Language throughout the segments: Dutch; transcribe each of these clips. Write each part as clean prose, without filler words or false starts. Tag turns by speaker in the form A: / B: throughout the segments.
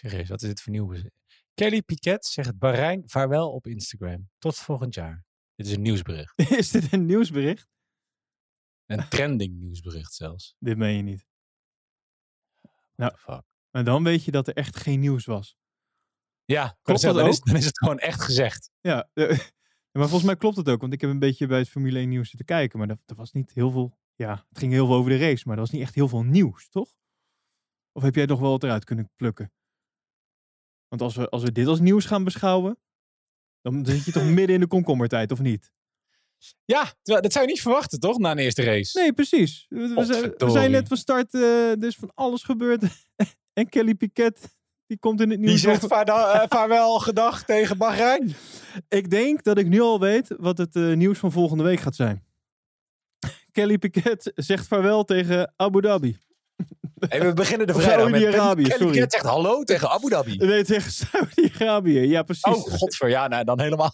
A: Serieus, wat is dit voor nieuws? Kelly Piquet zegt Bahrein vaarwel op Instagram. Tot volgend jaar. Dit is een nieuwsbericht.
B: Is dit een nieuwsbericht?
A: Een trending nieuwsbericht zelfs.
B: Dit meen je niet.
A: What the fuck?
B: Maar dan weet je dat er echt geen nieuws was.
A: Ja,
B: klopt dat
A: dan
B: ook?
A: Dan is het gewoon echt gezegd.
B: Ja, maar volgens mij klopt het ook. Want ik heb een beetje bij het Formule 1 nieuws zitten kijken. Maar er was niet heel veel... Ja, het ging heel veel over de race. Maar er was niet echt heel veel nieuws, toch? Of heb jij nog wel wat eruit kunnen plukken? Want als we dit als nieuws gaan beschouwen... Dan zit je toch midden in de komkommertijd, of niet?
A: Ja, dat zou je niet verwachten, toch? Na een eerste race.
B: Nee, precies. We zijn net van start. Er is van alles gebeurd. En Kelly Piquet, die komt in het nieuws.
A: Die zegt vaarwel gedag tegen Bahrein.
B: Ik denk dat ik nu al weet wat het nieuws van volgende week gaat zijn. Kelly Piquet zegt vaarwel tegen Abu Dhabi.
A: Hey, we beginnen de vrijdag met
B: Saudi-Arabië,
A: Kelly
B: sorry.
A: Piquet zegt hallo tegen Abu Dhabi.
B: Nee, tegen Saudi-Arabië. Ja, precies.
A: Oh, godver. Ja, nou, dan helemaal.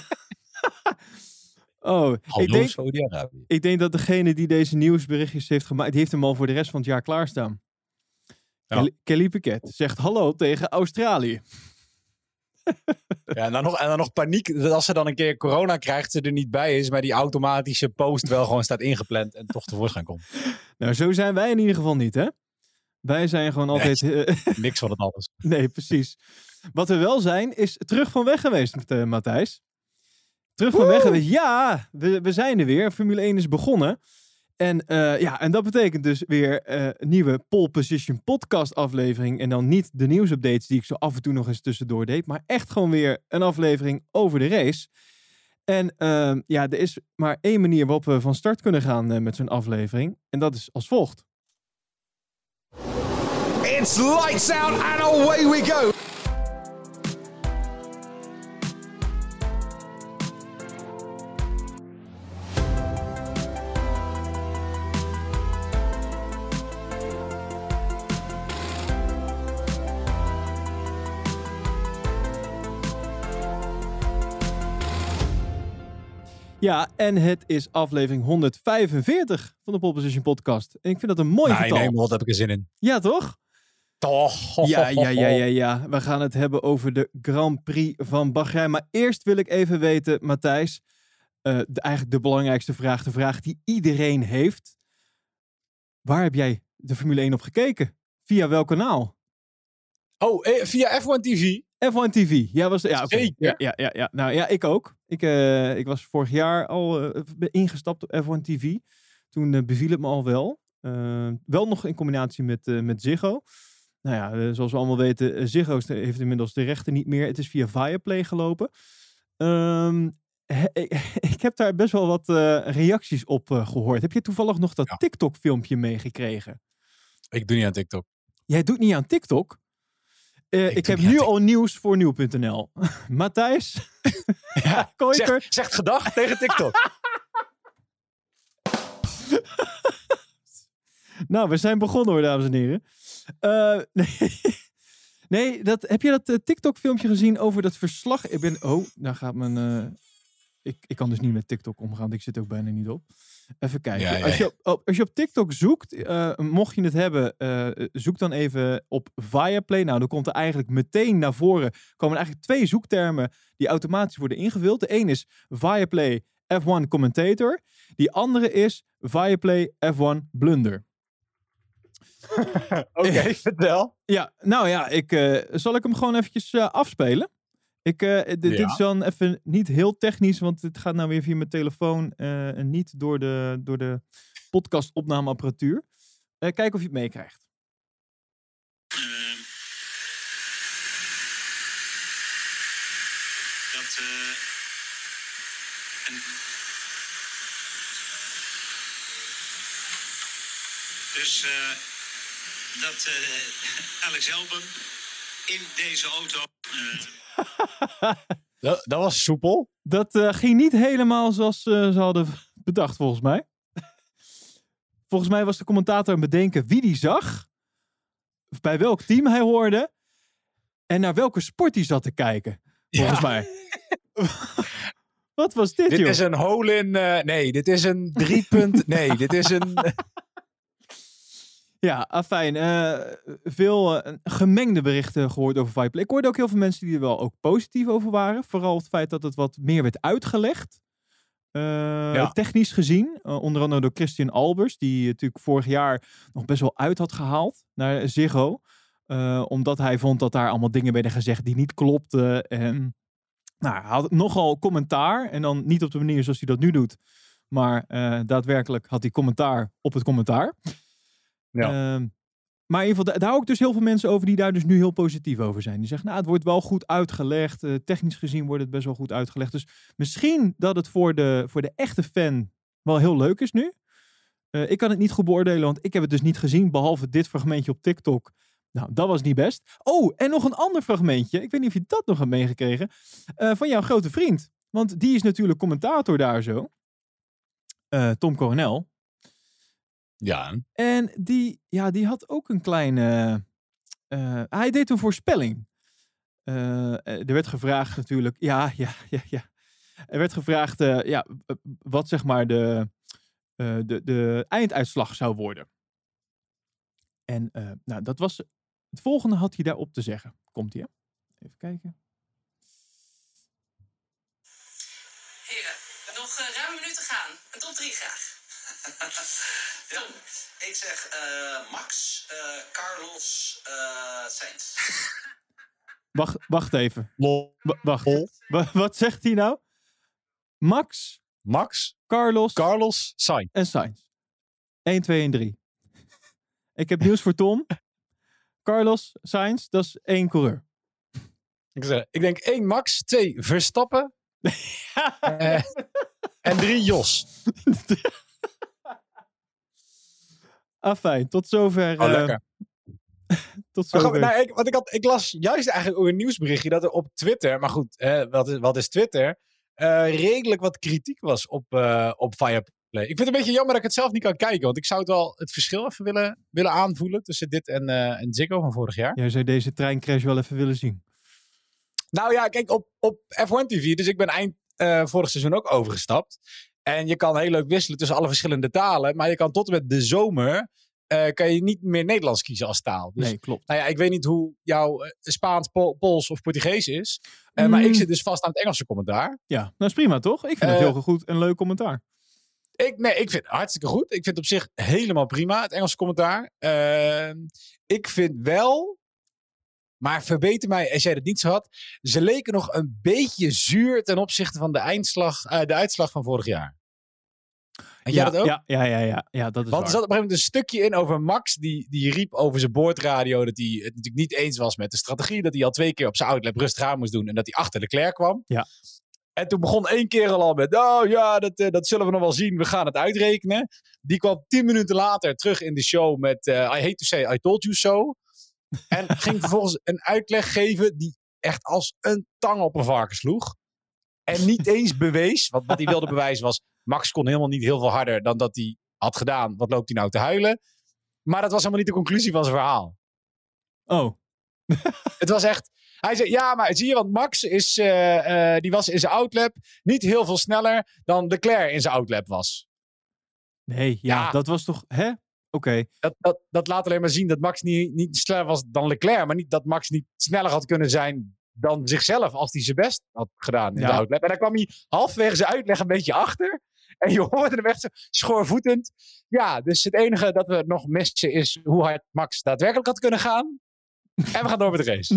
B: Oh,
A: Hallo Saudi-Arabië.
B: ik denk dat degene die deze nieuwsberichtjes heeft gemaakt, die heeft hem al voor de rest van het jaar klaarstaan.
A: Ja.
B: Kelly Piquet zegt hallo tegen Australië.
A: Ja, en dan nog paniek dat als ze dan een keer corona krijgt, ze er niet bij is, maar die automatische post wel gewoon staat ingepland en toch tevoorschijn komt.
B: Nou, zo zijn wij in ieder geval niet, hè? Wij zijn gewoon altijd...
A: Niks van het alles.
B: Nee, precies. Wat we wel zijn, is terug van weg geweest, Matthijs. Terug van weg geweest. Ja, we zijn er weer. Formule 1 is begonnen. En dat betekent dus weer een nieuwe Pole Position podcast aflevering. En dan niet de nieuwsupdates die ik zo af en toe nog eens tussendoor deed. Maar echt gewoon weer een aflevering over de race. En er is maar één manier waarop we van start kunnen gaan met zo'n aflevering. En dat is als volgt.
C: It's lights out and away we go.
B: Ja, en het is aflevering 145 van de Pole Position podcast. En ik vind dat een mooi getal.
A: Nee, wat heb ik er zin in.
B: Ja, toch?
A: Toch.
B: Ja. We gaan het hebben over de Grand Prix van Bahrein. Maar eerst wil ik even weten, Matthijs, eigenlijk de belangrijkste vraag, de vraag die iedereen heeft. Waar heb jij de Formule 1 op gekeken? Via welk kanaal?
A: Oh, via F1 TV.
B: F1 TV. Ja, okay.
A: Zeker.
B: Ja. Nou ja, ik ook. Ik was vorig jaar al ingestapt op F1 TV. Toen beviel het me al wel. Wel nog in combinatie met Ziggo. Nou ja, zoals we allemaal weten, Ziggo heeft inmiddels de rechten niet meer. Het is via Viaplay gelopen. Ik heb daar best wel wat reacties op gehoord. Heb je toevallig nog dat TikTok-filmpje meegekregen?
A: Ik doe niet aan TikTok.
B: Jij doet niet aan TikTok? Ik heb nu al nieuws voor nieuw.nl. Matthijs?
A: Ja, zegt gedag tegen TikTok.
B: Nou, we zijn begonnen hoor, dames en heren. Nee, heb je dat TikTok-filmpje gezien over dat verslag? Daar gaat mijn... Ik kan dus niet met TikTok omgaan, want ik zit ook bijna niet op. Even kijken.
A: Ja.
B: Als je op TikTok zoekt, mocht je het hebben, zoek dan even op Viaplay. Nou, dan komt er eigenlijk meteen naar voren, komen eigenlijk 2 zoektermen die automatisch worden ingevuld. De een is Viaplay F1 Commentator. Die andere is Viaplay F1 Blunder.
A: Oké, vertel.
B: Ja, nou ja, zal ik hem gewoon eventjes afspelen? Dit is dan even niet heel technisch, want het gaat nou weer via mijn telefoon en niet door de podcastopnameapparatuur. Kijken of je het meekrijgt.
D: Dat Alex Albon in deze auto...
A: Dat was soepel.
B: Dat ging niet helemaal zoals ze hadden bedacht, volgens mij. Volgens mij was de commentator aan het bedenken wie die zag, bij welk team hij hoorde en naar welke sport hij zat te kijken. Volgens mij. Wat was dit, joh?
A: Dit is een hole in... nee, dit is een 3 punt... Nee, dit is een...
B: Ja, afijn. Veel gemengde berichten gehoord over Viaplay. Ik hoorde ook heel veel mensen die er wel ook positief over waren. Vooral het feit dat het wat meer werd uitgelegd. Technisch gezien. Onder andere door Christian Albers. Die natuurlijk vorig jaar nog best wel uit had gehaald naar Ziggo. Omdat hij vond dat daar allemaal dingen werden gezegd die niet klopten. En hij had nogal commentaar. En dan niet op de manier zoals hij dat nu doet. Maar daadwerkelijk had hij commentaar op het commentaar.
A: Ja.
B: Maar in ieder geval, daar hou ik dus heel veel mensen over die daar dus nu heel positief over zijn. Die zeggen, het wordt wel goed uitgelegd. Technisch gezien wordt het best wel goed uitgelegd. Dus misschien dat het voor de echte fan wel heel leuk is nu. Ik kan het niet goed beoordelen, want ik heb het dus niet gezien. Behalve dit fragmentje op TikTok. Nou, dat was niet best. Oh, en nog een ander fragmentje. Ik weet niet of je dat nog hebt meegekregen. Van jouw grote vriend. Want die is natuurlijk commentator daar zo. Tom Coronel.
A: Ja.
B: En die had ook een kleine... hij deed een voorspelling. Er werd gevraagd natuurlijk... Ja. Er werd gevraagd wat zeg maar de einduitslag zou worden. En dat was... Het volgende had hij daarop te zeggen. Komt-ie, hè? Even kijken.
E: Heren, nog ruim een minuut te gaan. Een top 3 graag.
D: Ja, ik zeg Max, Carlos, Sainz.
B: Wacht even.
A: Lol.
B: Wacht. Wat zegt hij nou? Max,
A: Carlos, Sainz.
B: en Sainz. 1, 2 en 3. Ik heb nieuws voor Tom. Carlos, Sainz, dat is 1 coureur.
A: Ik denk 1 Max, 2 Verstappen. En 3 Jos.
B: Fijn, tot zover.
A: Lekker.
B: Tot zover.
A: Ik las juist eigenlijk ook een nieuwsberichtje dat er op Twitter, maar goed, wat is Twitter? Redelijk wat kritiek was op Viaplay. Ik vind het een beetje jammer dat ik het zelf niet kan kijken, want ik zou het verschil even willen aanvoelen tussen dit en Ziggo van vorig jaar.
B: Jij zou deze treincrash wel even willen zien.
A: Nou ja, kijk, op F1 TV, dus ik ben eind vorig seizoen ook overgestapt. En je kan heel leuk wisselen tussen alle verschillende talen, maar je kan tot en met de zomer kan je niet meer Nederlands kiezen als taal. Dus,
B: nee, klopt.
A: Nou ja, ik weet niet hoe jouw Spaans, Pools of Portugees is, maar ik zit dus vast aan het Engelse commentaar.
B: Ja, nou is prima toch? Ik vind het heel goed en leuk commentaar.
A: Ik vind het hartstikke goed. Ik vind het op zich helemaal prima, het Engelse commentaar. Ik vind wel, maar verbeter mij als jij dat niet zo had, ze leken nog een beetje zuur ten opzichte van de uitslag van vorig jaar. En jij dat ook?
B: Ja, dat is
A: Want
B: waar.
A: er zat op een gegeven moment een stukje in over Max, die riep over zijn boordradio dat hij het natuurlijk niet eens was met de strategie, dat hij al 2 keer op zijn outlap rustig aan moest doen en dat hij achter Leclerc kwam.
B: Ja.
A: En toen begon 1 keer al met, dat zullen we nog wel zien, we gaan het uitrekenen. Die kwam 10 minuten later terug in de show met I hate to say I told you so. En ging vervolgens een uitleg geven die echt als een tang op een varken sloeg. En niet eens bewees, wat hij wilde bewijzen was, Max kon helemaal niet heel veel harder dan dat hij had gedaan. Wat loopt hij nou te huilen? Maar dat was helemaal niet de conclusie van zijn verhaal.
B: Oh.
A: Het was echt... Hij zei, ja, maar zie je, want Max die was in zijn outlap niet heel veel sneller dan Leclerc in zijn outlap was.
B: Nee, dat was toch... Hè? Oké.
A: Dat laat alleen maar zien dat Max niet sneller was dan Leclerc, maar niet dat Max niet sneller had kunnen zijn dan zichzelf als hij zijn best had gedaan in de outlap. En daar kwam hij halverwege zijn uitleg een beetje achter. En je hoorde hem echt zo schoorvoetend. Ja, dus het enige dat we nog missen is hoe hard Max daadwerkelijk had kunnen gaan. En we gaan door met de race.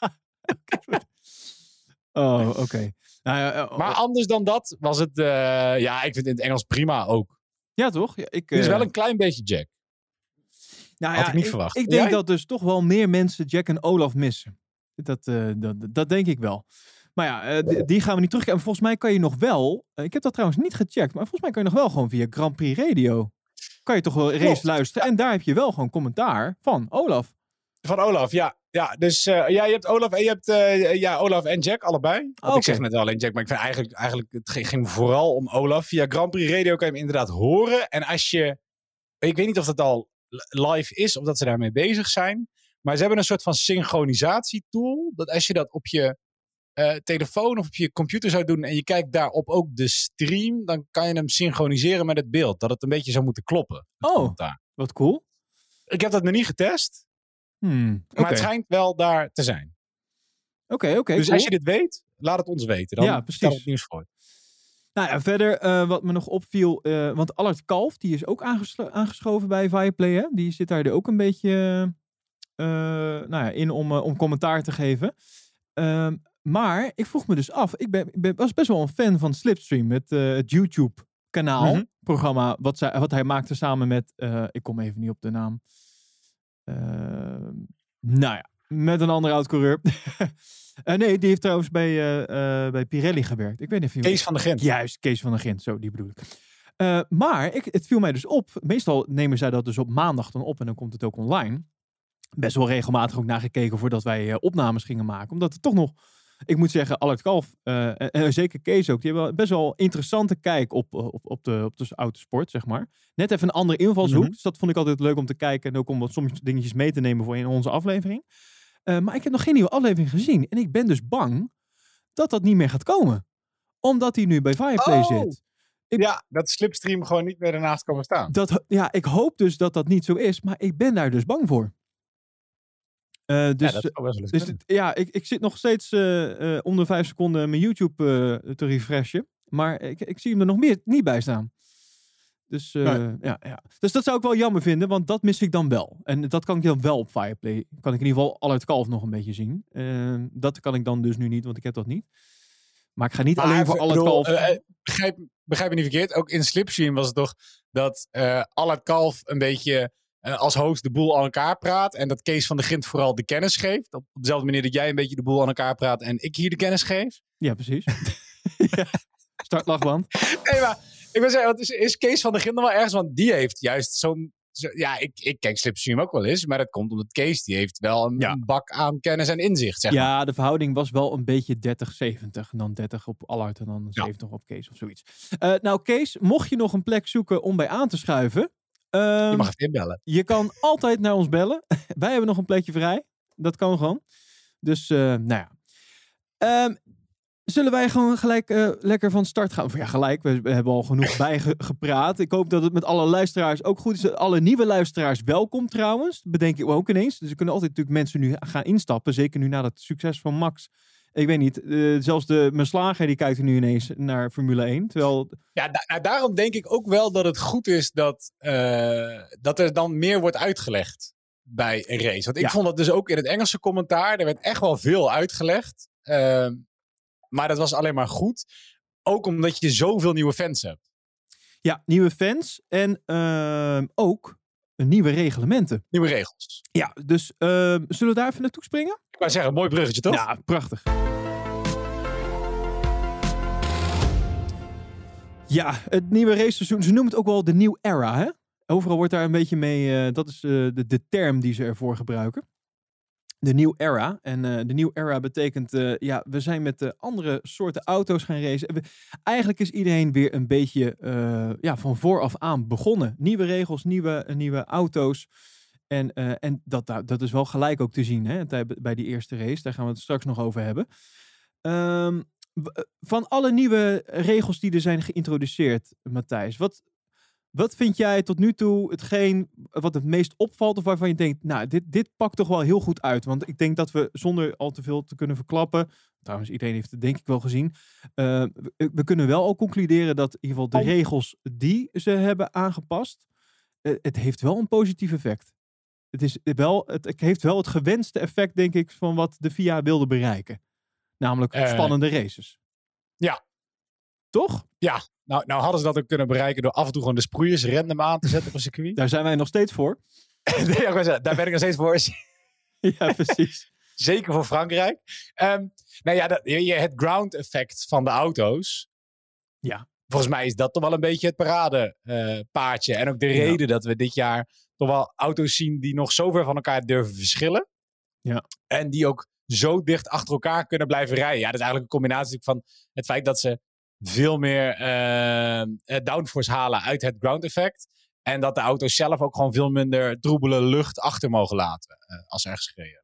B: Oké.
A: Maar anders dan dat was het... ik vind het in het Engels prima ook.
B: Ja, toch? Ja,
A: het is wel een klein beetje Jack. Had ik niet verwacht.
B: Ik denk dat dus toch wel meer mensen Jack en Olaf missen. Dat denk ik wel. Maar ja, die gaan we niet terugkijken. Volgens mij kan je nog wel... ik heb dat trouwens niet gecheckt. Maar volgens mij kan je nog wel gewoon via Grand Prix Radio... kan je toch wel race luisteren. En daar heb je wel gewoon commentaar van Olaf.
A: Van Olaf, ja. Dus je hebt Olaf en je hebt Olaf en Jack allebei. Ik zeg net wel alleen Jack, maar ik vind eigenlijk het ging vooral om Olaf. Via Grand Prix Radio kan je hem inderdaad horen. En als je... Ik weet niet of dat al live is of dat ze daarmee bezig zijn. Maar ze hebben een soort van synchronisatietool. Dat als je dat op je telefoon of op je computer zou doen en je kijkt daarop ook de stream, dan kan je hem synchroniseren met het beeld. Dat het een beetje zou moeten kloppen.
B: Wat cool.
A: Ik heb dat nog niet getest,
B: Maar
A: maar het schijnt wel daar te zijn.
B: Oké,
A: Dus
B: cool.
A: als je dit weet, laat het ons weten. Dan
B: Ja, precies.
A: stel het nieuws voor.
B: Nou ja, verder wat me nog opviel, want Allard Kalf, die is ook aangeschoven bij Viaplay, hè? Die zit daar ook een beetje in om commentaar te geven. Maar ik vroeg me dus af, was best wel een fan van Slipstream, het YouTube-kanaal, programma, wat hij maakte samen met, ik kom even niet op de naam, met een andere oud-coureur. Nee, die heeft trouwens bij Pirelli gewerkt. Ik weet niet of
A: Kees van der Gent.
B: Juist, Kees van der Gent, zo, die bedoel ik. Maar het viel mij dus op. Meestal nemen zij dat dus op maandag dan op en dan komt het ook online. Best wel regelmatig ook nagekeken voordat wij opnames gingen maken. Omdat het toch nog, ik moet zeggen, Allard Kalf en zeker Kees ook, die hebben best wel interessante kijk op de autosport, zeg maar. Net even een andere invalshoek. Dus dat vond ik altijd leuk om te kijken en ook om wat soms dingetjes mee te nemen voor in onze aflevering. Maar ik heb nog geen nieuwe aflevering gezien. En ik ben dus bang dat dat niet meer gaat komen. Omdat hij nu bij Viaplay zit.
A: Ja, dat Slipstream gewoon niet meer ernaast komen staan.
B: Ik hoop dus dat dat niet zo is. Maar ik ben daar dus bang voor.
A: Dat zou best wel eens kunnen.
B: Ik zit nog steeds om de 5 seconden mijn YouTube te refreshen. Maar ik zie hem er nog meer niet bij staan. Dus, dus dat zou ik wel jammer vinden, want dat mis ik dan wel. En dat kan ik dan wel op Viaplay. Kan ik in ieder geval Allard Kalf nog een beetje zien. Dat kan ik dan dus nu niet, want ik heb dat niet. Maar ik ga niet alleen voor Allard Kalf...
A: Begrijp me niet verkeerd. Ook in Slipstream was het toch dat Allard Kalf een beetje als host de boel aan elkaar praat. En dat Kees van der Gent vooral de kennis geeft. Op dezelfde manier dat jij een beetje de boel aan elkaar praat en ik hier de kennis geef.
B: Ja, precies. Startlachband.
A: Nee, maar ik wil zeggen, is Kees van der Gent nog wel ergens? Want die heeft juist zo'n... ik kijk Slipstream ook wel eens. Maar dat komt omdat Kees, die heeft wel een bak aan kennis en inzicht, zeg maar.
B: Ja, de verhouding was wel een beetje 30-70. En dan 30 op Allard en dan 70 op Kees of zoiets. Nou, Kees, mocht je nog een plek zoeken om bij aan te schuiven...
A: je mag even inbellen.
B: Je kan altijd naar ons bellen. Wij hebben nog een plekje vrij. Dat kan gewoon. Dus, zullen wij gewoon gelijk lekker van start gaan? Of ja, gelijk. We hebben al genoeg bijgepraat. Ik hoop dat het met alle luisteraars ook goed is. Alle nieuwe luisteraars welkom trouwens. Dat bedenk ik ook ineens. Dus er kunnen altijd natuurlijk mensen nu gaan instappen. Zeker nu na het succes van Max. Ik weet niet. Zelfs mijn slager die kijkt er nu ineens naar Formule 1. Terwijl...
A: Ja, daarom denk ik ook wel dat het goed is dat er dan meer wordt uitgelegd bij een race. Want ik vond dat dus ook in het Engelse commentaar. Er werd echt wel veel uitgelegd. Maar dat was alleen maar goed. Ook omdat je zoveel nieuwe fans hebt.
B: Ja, nieuwe fans. En ook nieuwe reglementen.
A: Nieuwe regels.
B: Ja, dus zullen we daar even naartoe springen?
A: Ik wou zeggen, mooi bruggetje toch?
B: Ja, prachtig. Ja, het nieuwe raceseizoen. Ze noemen het ook wel de New Era, hè? Overal wordt daar een beetje mee... dat is de term die ze ervoor gebruiken. De New Era. En de New Era betekent... we zijn met andere soorten auto's gaan racen. Eigenlijk is iedereen weer een beetje van vooraf aan begonnen. Nieuwe regels, nieuwe auto's. En dat is wel gelijk ook te zien, hè, bij die eerste race. Daar gaan we het straks nog over hebben. Van alle nieuwe regels die er zijn geïntroduceerd, Matthijs, wat vind jij tot nu toe hetgeen wat het meest opvalt of waarvan je denkt, nou, dit pakt toch wel heel goed uit? Want ik denk dat we, zonder al te veel te kunnen verklappen, trouwens iedereen heeft het denk ik wel gezien, we kunnen wel al concluderen dat in ieder geval de regels die ze hebben aangepast, het heeft wel een positief effect. Het heeft wel het gewenste effect, denk ik, van wat de FIA wilde bereiken. Namelijk spannende races.
A: Ja.
B: Toch?
A: Ja. Nou hadden ze dat ook kunnen bereiken door af en toe gewoon de sproeiers random aan te zetten op een circuit.
B: Daar zijn wij nog steeds voor.
A: Daar ben ik nog steeds voor.
B: Ja, precies.
A: Zeker voor Frankrijk. Het ground effect van de auto's.
B: Ja.
A: Volgens mij is dat toch wel een beetje het paradepaardje. En ook de reden dat we dit jaar toch wel auto's zien die nog zo ver van elkaar durven verschillen.
B: Ja.
A: En die ook zo dicht achter elkaar kunnen blijven rijden. Ja, dat is eigenlijk een combinatie van het feit dat ze veel meer downforce halen uit het ground effect. En dat de auto's zelf ook gewoon veel minder troebele lucht achter mogen laten als ze ergens gereden.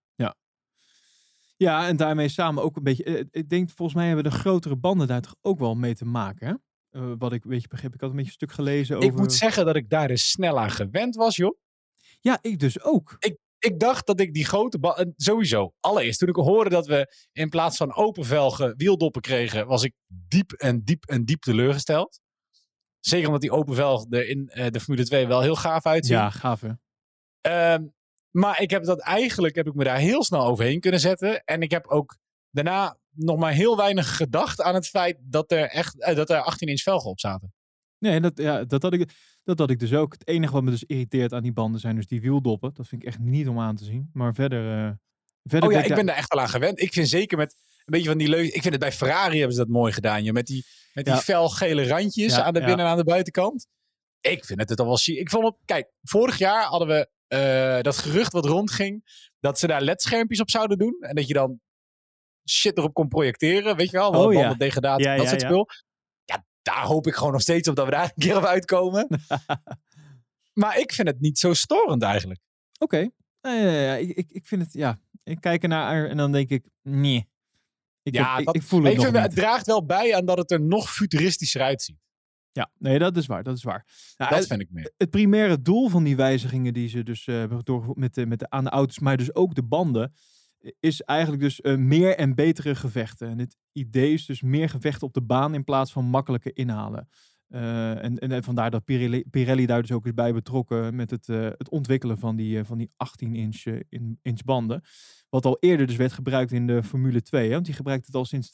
B: Ja, en daarmee samen ook een beetje... ik denk, volgens mij hebben de grotere banden daar toch ook wel mee te maken. Hè? Wat ik een beetje begreep. Ik had een beetje een stuk gelezen over...
A: Ik moet zeggen dat ik daar dus snel aan gewend was, joh.
B: Ja, ik dus ook.
A: Ik dacht dat ik die grote band... Sowieso, allereerst, toen ik hoorde dat we in plaats van open velgen wieldoppen kregen, was ik diep teleurgesteld. Zeker omdat die open velg er in de Formule 2 wel heel gaaf uitziet.
B: Ja, gaaf hè.
A: Maar ik heb me daar heel snel overheen kunnen zetten. En ik heb ook daarna nog maar heel weinig gedacht aan het feit dat er 18-inch velgen op zaten.
B: Nee, dat had ik dus ook. Het enige wat me dus irriteert aan die banden zijn dus die wieldoppen. Dat vind ik echt niet om aan te zien. Maar verder
A: ik ben daar echt wel aan gewend. Ik vind zeker met een beetje van die leuke... Ik vind het bij Ferrari hebben ze dat mooi gedaan. Joh. Met die felgele randjes aan de binnen- en aan de buitenkant. Ik vind het al wel chic. Ik vond het... Kijk, vorig jaar hadden we dat gerucht wat rondging. Dat ze daar LED-schermpjes op zouden doen. En dat je dan shit erop kon projecteren. Weet je wel? Wat degradatie, dat soort spul. Ja, daar hoop ik gewoon nog steeds op dat we daar een keer op uitkomen. Maar ik vind het niet zo storend eigenlijk.
B: Oké. Ik vind het... Ja, ik kijk ernaar en dan denk ik... Nee. Ik voel het nog niet.
A: Het draagt wel bij aan dat het er nog futuristischer uitziet.
B: Ja, nee, dat is waar. Nou,
A: dat vind ik meer.
B: Het primaire doel van die wijzigingen die ze dus hebben doorgevoerd aan de auto's, maar dus ook de banden, is eigenlijk dus meer en betere gevechten. En het idee is dus meer gevechten op de baan in plaats van makkelijke inhalen. En vandaar dat Pirelli daar dus ook is bij betrokken met het ontwikkelen van die 18-inch banden. Wat al eerder dus werd gebruikt in de Formule 2. Hè? Want die gebruikt het al sinds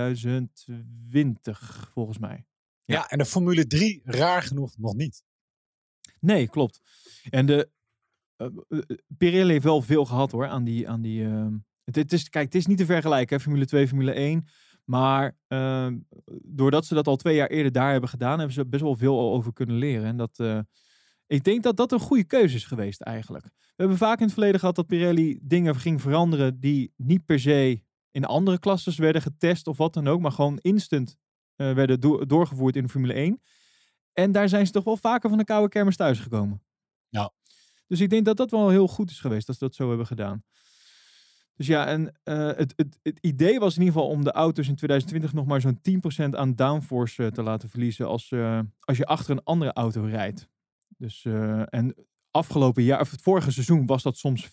B: 2020, volgens mij.
A: Ja, en de Formule 3 raar genoeg nog niet.
B: Nee, klopt. En Pirelli heeft wel veel gehad hoor aan die het is niet te vergelijken, hè, Formule 2, Formule 1. Maar doordat ze dat al 2 jaar eerder daar hebben gedaan, hebben ze best wel veel al over kunnen leren. En ik denk dat dat een goede keuze is geweest eigenlijk. We hebben vaak in het verleden gehad dat Pirelli dingen ging veranderen die niet per se in andere klasses werden getest of wat dan ook, maar gewoon instant werden doorgevoerd in de Formule 1. En daar zijn ze toch wel vaker van de koude kermis thuisgekomen.
A: Ja.
B: Dus ik denk dat dat wel heel goed is geweest, dat ze dat zo hebben gedaan. Dus ja, en het idee was in ieder geval om de auto's in 2020 nog maar zo'n 10% aan downforce te laten verliezen als je achter een andere auto rijdt. Dus, en afgelopen jaar, of het vorige seizoen, was dat soms 40%.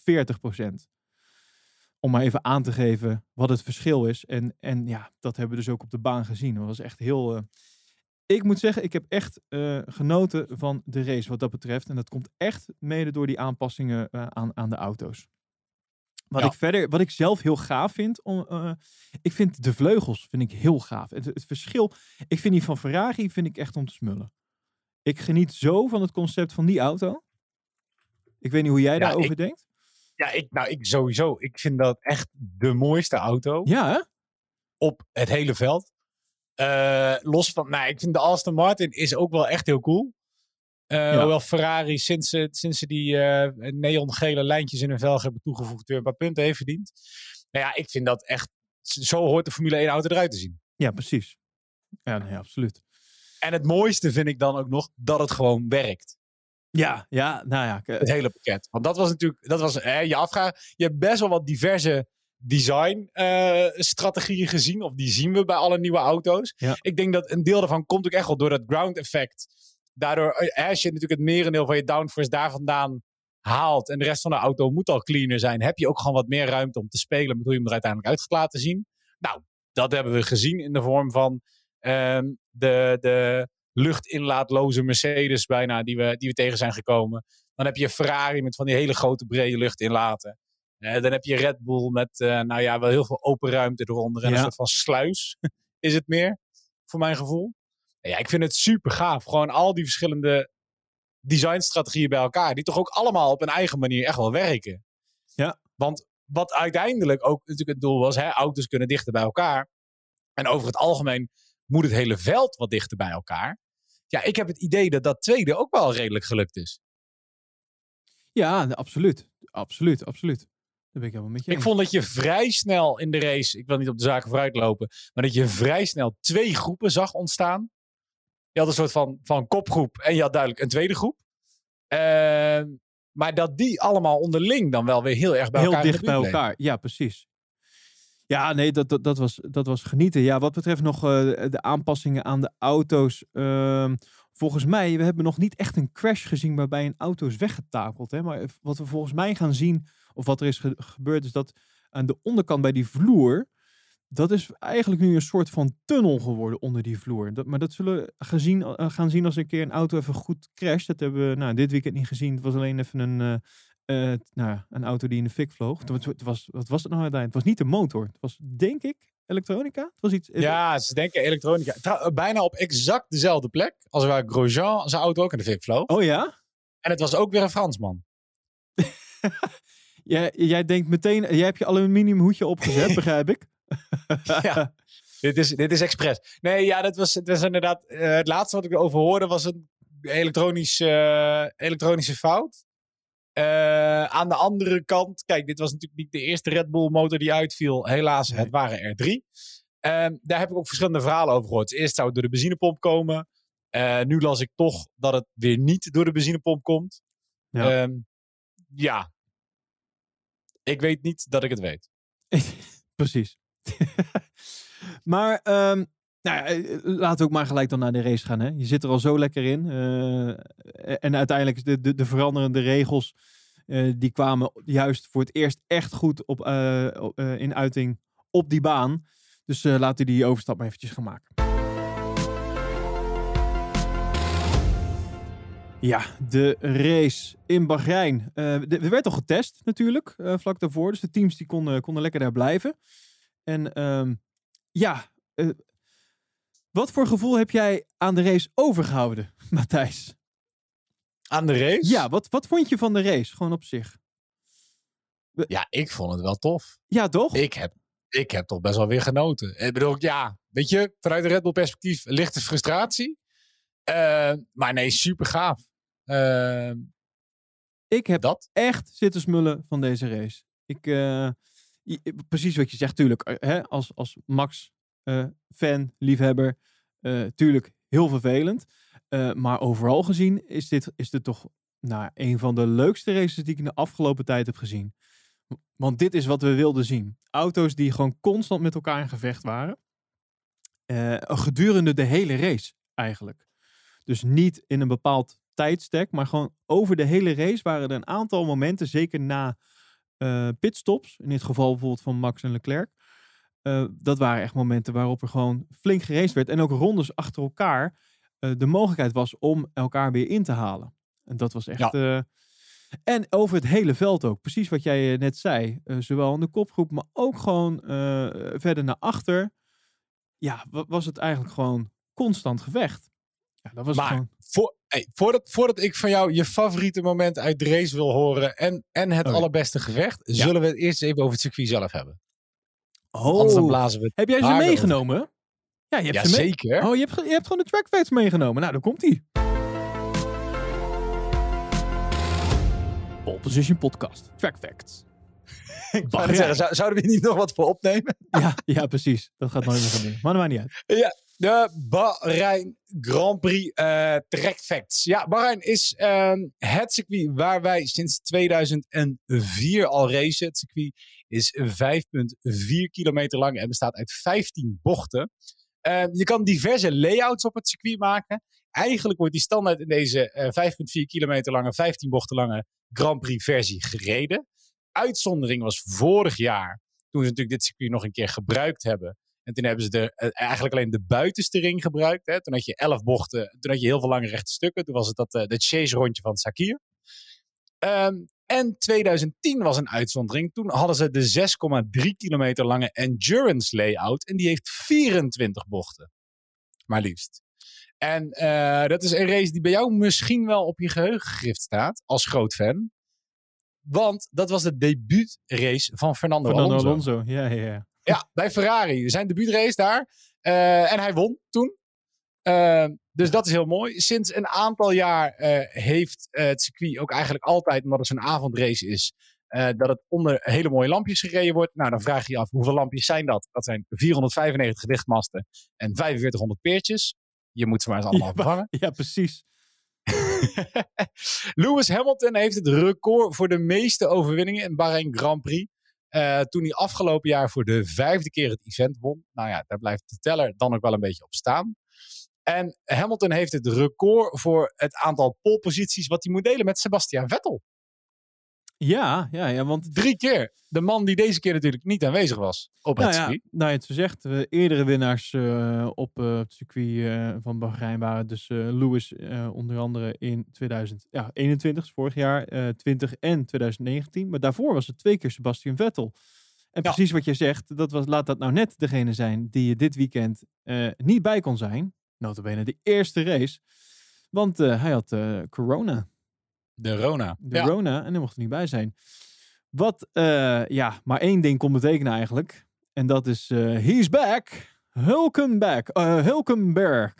B: Om maar even aan te geven wat het verschil is. En ja, dat hebben we dus ook op de baan gezien. Dat was echt heel... Ik moet zeggen, ik heb echt genoten van de race wat dat betreft. En dat komt echt mede door die aanpassingen aan de auto's. Wat ik zelf heel gaaf vind, ik vind de vleugels vind ik heel gaaf. Het verschil, ik vind die van Ferrari vind ik echt om te smullen. Ik geniet zo van het concept van die auto. Ik weet niet hoe jij daarover denkt.
A: Ja, ik sowieso. Ik vind dat echt de mooiste auto.
B: Ja, hè?
A: Op het hele veld. Los van, ik vind de Aston Martin is ook wel echt heel cool. Hoewel Ferrari sinds ze die neongele lijntjes in hun velg hebben toegevoegd weer een paar punten heeft verdiend. Nou ja, ik vind dat echt, zo hoort de Formule 1 auto eruit te zien.
B: Ja, precies. Ja, nee, absoluut.
A: En het mooiste vind ik dan ook nog dat het gewoon werkt.
B: Ja, nou ja.
A: Het hele pakket. Want dat was natuurlijk, je hebt best wel wat diverse design strategieën gezien. Of die zien we bij alle nieuwe auto's. Ja. Ik denk dat een deel daarvan komt ook echt wel door dat ground effect. Daardoor, als je natuurlijk het merendeel van je downforce daar vandaan haalt en de rest van de auto moet al cleaner zijn, heb je ook gewoon wat meer ruimte om te spelen met hoe je hem er uiteindelijk uit gaat laten zien. Nou, dat hebben we gezien in de vorm van de luchtinlaatloze Mercedes bijna die we tegen zijn gekomen. Dan heb je Ferrari met van die hele grote brede luchtinlaten. Dan heb je Red Bull met wel heel veel open ruimte eronder. En een soort van sluis is het meer, voor mijn gevoel. Ja, ik vind het super gaaf. Gewoon al die verschillende designstrategieën bij elkaar. Die toch ook allemaal op een eigen manier echt wel werken.
B: Ja.
A: Want wat uiteindelijk ook natuurlijk het doel was. Auto's kunnen dichter bij elkaar. En over het algemeen moet het hele veld wat dichter bij elkaar. Ja, ik heb het idee dat dat tweede ook wel redelijk gelukt is.
B: Ja, absoluut. Absoluut. Daar ben ik helemaal met je.
A: Ik vond dat je vrij snel in de race, ik wil niet op de zaken vooruit lopen, maar dat je vrij snel 2 groepen zag ontstaan. Je had een soort van kopgroep en je had duidelijk een tweede groep. Maar dat die allemaal onderling dan wel weer heel erg bij elkaar
B: heel dicht bij elkaar, ja precies. Ja, nee, dat was genieten. Ja, wat betreft nog de aanpassingen aan de auto's. volgens mij, we hebben nog niet echt een crash gezien waarbij een auto is weggetakeld. Hè? Maar wat we volgens mij gaan zien, of wat er is gebeurd, is dat aan de onderkant bij die vloer, dat is eigenlijk nu een soort van tunnel geworden onder die vloer. Maar dat zullen we gaan zien als een keer een auto even goed crasht. Dat hebben we dit weekend niet gezien. Het was alleen even een auto die in de fik vloog. Wat was het nou uiteindelijk? Het was niet de motor. Het was, denk ik, elektronica. Het was iets...
A: Ja, ze denken elektronica. Bijna op exact dezelfde plek als waar Grosjean zijn auto ook in de fik vloog.
B: Oh ja?
A: En het was ook weer een Fransman.
B: Jij denkt meteen... Jij hebt je aluminium hoedje opgezet, begrijp ik.
A: Ja, dit is expres. Nee, ja, het was inderdaad... het laatste wat ik erover hoorde was een elektronische fout. Aan de andere kant, kijk, dit was natuurlijk niet de eerste Red Bull motor die uitviel. Helaas, het waren er 3. Daar heb ik ook verschillende verhalen over gehoord. Eerst zou het door de benzinepomp komen. Nu las ik toch dat het weer niet door de benzinepomp komt.
B: Ja.
A: Ja. Ik weet niet dat ik het weet.
B: Precies. Maar laten we ook maar gelijk dan naar de race gaan. Hè? Je zit er al zo lekker in. En uiteindelijk de veranderende regels die kwamen juist voor het eerst echt goed in uiting op die baan. Dus laten we die overstap maar eventjes gaan maken. Ja, de race in Bahrein. Er werd al getest natuurlijk, vlak daarvoor. Dus de teams die konden lekker daar blijven. En wat voor gevoel heb jij aan de race overgehouden, Matthijs?
A: Aan de race?
B: Ja, wat vond je van de race, gewoon op zich?
A: Ja, ik vond het wel tof.
B: Ja, toch?
A: Ik heb toch best wel weer genoten. Ik bedoel, ja, weet je, vanuit de Red Bull perspectief lichte frustratie. Maar nee, super gaaf.
B: Ik heb echt zitten smullen van deze race. Precies wat je zegt, tuurlijk. Als Max fan, liefhebber, tuurlijk heel vervelend. Maar overal gezien is dit toch een van de leukste races die ik in de afgelopen tijd heb gezien. Want dit is wat we wilden zien. Auto's die gewoon constant met elkaar in gevecht waren. Gedurende de hele race eigenlijk. Dus niet in een bepaald tijdstek, maar gewoon over de hele race waren er een aantal momenten, zeker na pitstops, in dit geval bijvoorbeeld van Max en Leclerc. Dat waren echt momenten waarop er gewoon flink geraced werd en ook rondes achter elkaar de mogelijkheid was om elkaar weer in te halen. En dat was echt... Ja. En over het hele veld ook. Precies wat jij net zei. Zowel in de kopgroep, maar ook gewoon verder naar achter. Ja, was het eigenlijk gewoon constant gevecht. Ja, dat was
A: maar
B: gewoon...
A: voordat ik van jou je favoriete moment uit de race wil horen en het allerbeste gevecht, zullen we het eerst even over het circuit zelf hebben. Anders dan blazen we het.
B: Heb jij ze meegenomen? Over. Ja, je hebt ze
A: zeker.
B: Oh, je hebt gewoon de track facts meegenomen. Nou, daar komt-ie. Pole Position Podcast. Track facts.
A: Ik wou zeggen, zouden we hier niet nog wat voor opnemen?
B: Ja, precies. Dat gaat nooit meer gebeuren. Maar dat maakt niet uit.
A: Ja, de Bahrein Grand Prix Track Facts. Ja, Bahrein is het circuit waar wij sinds 2004 al racen. Het circuit is 5,4 kilometer lang en bestaat uit 15 bochten. Je kan diverse layouts op het circuit maken. Eigenlijk wordt die standaard in deze 5,4 kilometer lange, 15 bochten lange Grand Prix versie gereden. Uitzondering was vorig jaar, toen ze natuurlijk dit circuit nog een keer gebruikt hebben. En toen hebben ze eigenlijk alleen de buitenste ring gebruikt. Hè. Toen had je 11 bochten, toen had je heel veel lange rechte stukken. Toen was het dat chase rondje van Sakir. En 2010 was een uitzondering. Toen hadden ze de 6,3 kilometer lange endurance layout. En die heeft 24 bochten. Maar liefst. En dat is een race die bij jou misschien wel op je geheugen gegrift staat. Als groot fan. Want dat was de debuutrace van Fernando Alonso.
B: Ja.
A: Ja, bij Ferrari. Zijn debuutrace daar. En hij won toen. Dus dat is heel mooi. Sinds een aantal jaar heeft het circuit ook eigenlijk altijd, omdat het zo'n avondrace is, dat het onder hele mooie lampjes gereden wordt. Nou, dan vraag je je af, hoeveel lampjes zijn dat? Dat zijn 495 lichtmasten en 4500 peertjes. Je moet ze maar eens allemaal vervangen.
B: Ja, precies.
A: Lewis Hamilton heeft het record voor de meeste overwinningen in Bahrein Grand Prix. Toen hij afgelopen jaar voor de 5e keer het event won. Nou ja, daar blijft de teller dan ook wel een beetje op staan. En Hamilton heeft het record voor het aantal poleposities wat hij moet delen met Sebastian Vettel.
B: Ja, want
A: 3 keer. De man die deze keer natuurlijk niet aanwezig was op het circuit.
B: Nou, je hebt gezegd, eerdere winnaars op het circuit van Bahrein waren dus Lewis onder andere in 2021, vorig jaar, 20 en 2019. Maar daarvoor was het 2 keer Sebastian Vettel. En precies wat je zegt, laat dat nou net degene zijn die je dit weekend niet bij kon zijn. Nota bene de eerste race. Want hij had corona.
A: De Rona.
B: Rona en hij mocht er niet bij zijn. Wat maar 1 ding kon betekenen eigenlijk. En dat is he's back. Hulkenberg.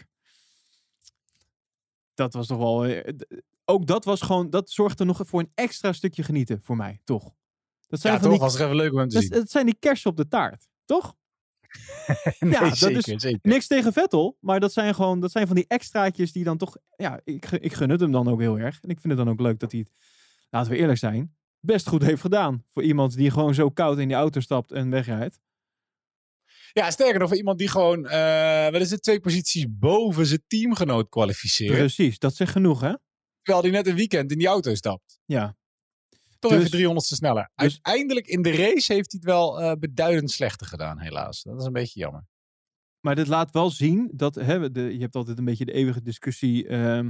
B: Dat was toch wel... ook dat was gewoon... Dat zorgde nog voor een extra stukje genieten voor mij, toch? Dat zijn
A: toch was het even leuk om hem te zien.
B: Dat zijn die kersen op de taart, toch?
A: Nee,
B: zeker. Niks tegen Vettel, maar dat zijn van die extraatjes die dan toch... Ja, ik gun het hem dan ook heel erg. En ik vind het dan ook leuk dat hij het, laten we eerlijk zijn, best goed heeft gedaan. Voor iemand die gewoon zo koud in die auto stapt en wegrijdt.
A: Ja, sterker nog, voor iemand die gewoon, 2 posities boven zijn teamgenoot kwalificeert.
B: Precies, dat zegt genoeg, hè?
A: Terwijl hij net een weekend in die auto stapt.
B: Ja.
A: Toch even 300ste sneller. Uiteindelijk in de race heeft hij het wel beduidend slechter gedaan, helaas. Dat is een beetje jammer.
B: Maar dit laat wel zien dat... je hebt altijd een beetje de eeuwige discussie...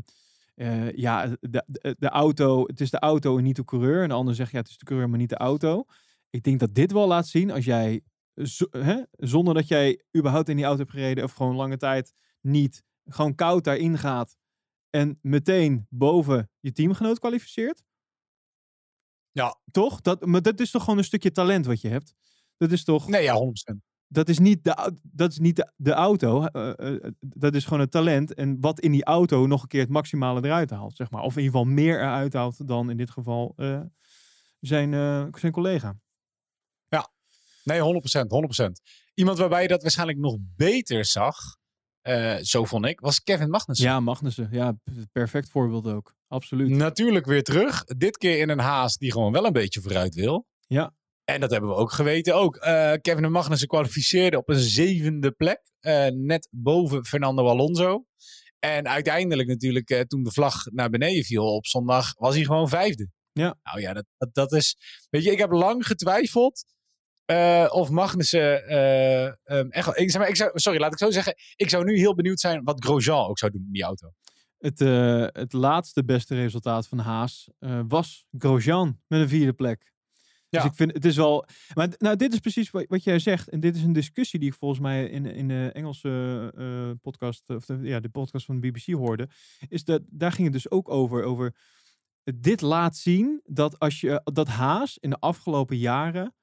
B: de auto... Het is de auto en niet de coureur. En de ander zegt, het is de coureur, maar niet de auto. Ik denk dat dit wel laat zien als jij... zonder dat jij überhaupt in die auto hebt gereden... of gewoon lange tijd niet... gewoon koud daarin gaat... en meteen boven je teamgenoot kwalificeert...
A: Ja.
B: Toch? Maar dat is toch gewoon een stukje talent wat je hebt? Dat is toch...
A: Nee, ja, 100%.
B: Dat is niet de auto. Dat is gewoon het talent. En wat in die auto nog een keer het maximale eruit haalt, zeg maar. Of in ieder geval meer eruit haalt dan in dit geval zijn collega.
A: Ja. Nee, 100%. Iemand waarbij je dat waarschijnlijk nog beter zag, zo vond ik, was Kevin Magnussen.
B: Ja, Magnussen. Ja, perfect voorbeeld ook. Absoluut.
A: Natuurlijk weer terug. Dit keer in een Haas die gewoon wel een beetje vooruit wil.
B: Ja.
A: En dat hebben we ook geweten. Ook Kevin Magnussen kwalificeerde op een 7e plek. Net boven Fernando Alonso. En uiteindelijk natuurlijk, toen de vlag naar beneden viel op zondag, was hij gewoon 5e.
B: Ja.
A: Nou ja, dat is... Weet je, ik heb lang getwijfeld of Magnussen... laat ik zo zeggen. Ik zou nu heel benieuwd zijn wat Grosjean ook zou doen in die auto.
B: Het laatste beste resultaat van Haas was Grosjean met een 4e plek. Ja. Dus ik vind het is wel... Maar nou, dit is precies wat jij zegt. En dit is een discussie die ik volgens mij in de Engelse podcast... of de podcast van de BBC hoorde. Is daar ging het dus ook over... Dit laat zien dat Haas in de afgelopen jaren...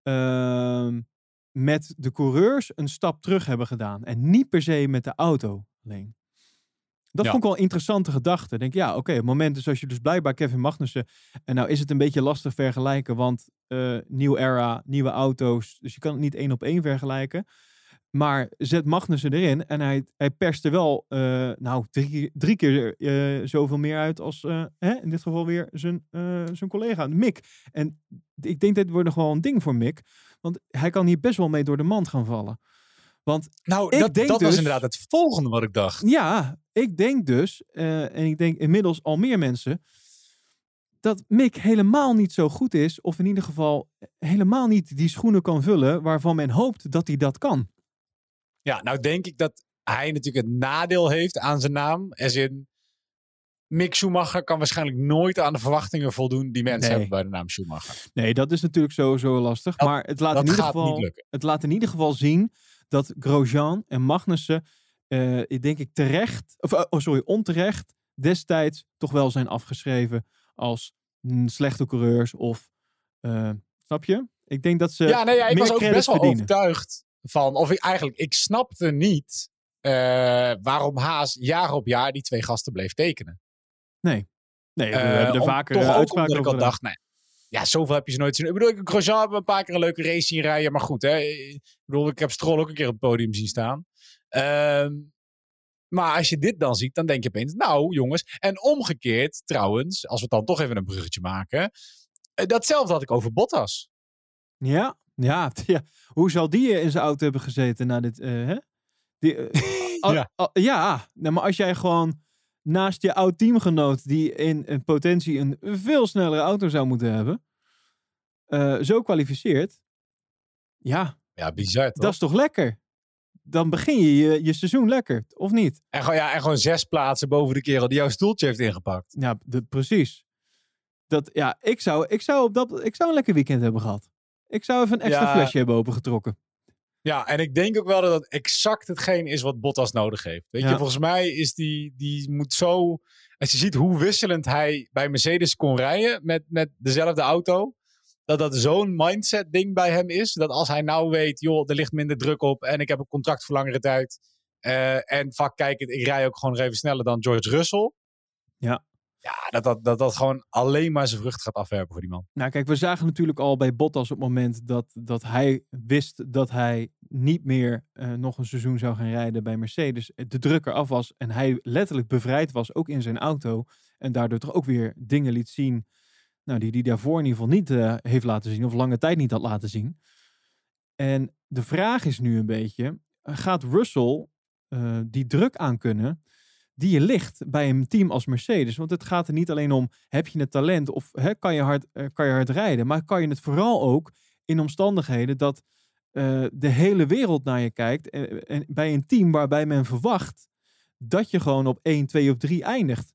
B: met de coureurs een stap terug hebben gedaan. En niet per se met de auto alleen. Dat vond ik wel een interessante gedachte. Denk op het moment is als je dus blijkbaar Kevin Magnussen... En nou is het een beetje lastig vergelijken, want nieuw era, nieuwe auto's. Dus je kan het niet 1 op 1 vergelijken. Maar zet Magnussen erin en hij perst er wel 3 keer zoveel meer uit als in dit geval weer zijn collega Mick. En ik denk dat het wordt nog wel een ding voor Mick. Want hij kan hier best wel mee door de mand gaan vallen. Want
A: dat was inderdaad het volgende wat ik dacht.
B: Ja, ik denk dus, en ik denk inmiddels al meer mensen, dat Mick helemaal niet zo goed is, of in ieder geval helemaal niet die schoenen kan vullen waarvan men hoopt dat hij dat kan.
A: Ja, nou denk ik dat hij natuurlijk het nadeel heeft aan zijn naam. Als in, Mick Schumacher kan waarschijnlijk nooit aan de verwachtingen voldoen die mensen hebben bij de naam Schumacher.
B: Nee, dat is natuurlijk sowieso lastig. Maar het laat in ieder geval zien dat Grosjean en Magnussen, denk ik onterecht, destijds toch wel zijn afgeschreven als slechte coureurs of, snap je? Ik denk dat ze
A: ik was ook best wel
B: verdienen.
A: Overtuigd van, ik snapte niet waarom Haas jaar op jaar die 2 gasten bleef tekenen.
B: Nee, we hebben er vaker uitspraken over
A: gedaan. Dacht, zoveel heb je ze nooit zien. Ik bedoel, Grosjean hebben een paar keer een leuke race zien rijden, maar goed, hè. Ik heb Stroll ook een keer op het podium zien staan. Maar als je dit dan ziet, dan denk je opeens, nou jongens, en omgekeerd trouwens, als we dan toch even een bruggetje maken, datzelfde had ik over Bottas.
B: Ja. Hoe zal die in zijn auto hebben gezeten na dit? Maar als jij gewoon naast je oud teamgenoot, die in potentie een veel snellere auto zou moeten hebben, zo kwalificeert. Ja,
A: bizar toch?
B: dat is toch lekker? Dan begin je seizoen lekker, of niet?
A: En gewoon 6 plaatsen boven de kerel die jouw stoeltje heeft ingepakt.
B: Ja, precies. Ik zou een lekker weekend hebben gehad. Ik zou even een extra flesje hebben opengetrokken.
A: Ja, en ik denk ook wel dat dat exact hetgeen is wat Bottas nodig heeft. Weet je, volgens mij is die moet zo... Als je ziet hoe wisselend hij bij Mercedes kon rijden met dezelfde auto, dat zo'n mindset ding bij hem is. Dat als hij nou weet, joh, er ligt minder druk op en ik heb een contract voor langere tijd. En kijk, ik rij ook gewoon even sneller dan George Russell.
B: Ja.
A: Ja, dat gewoon alleen maar zijn vrucht gaat afwerpen voor die man.
B: Nou kijk, we zagen natuurlijk al bij Bottas op het moment dat hij wist dat hij niet meer nog een seizoen zou gaan rijden bij Mercedes. De druk eraf was en hij letterlijk bevrijd was, ook in zijn auto. En daardoor toch ook weer dingen liet zien, die hij daarvoor in ieder geval niet heeft laten zien. Of lange tijd niet had laten zien. En de vraag is nu een beetje, gaat Russell die druk aan kunnen die je ligt bij een team als Mercedes? Want het gaat er niet alleen om, heb je het talent of kan je hard rijden, maar kan je het vooral ook in omstandigheden dat de hele wereld naar je kijkt en bij een team waarbij men verwacht dat je gewoon op 1, 2 of 3 eindigt.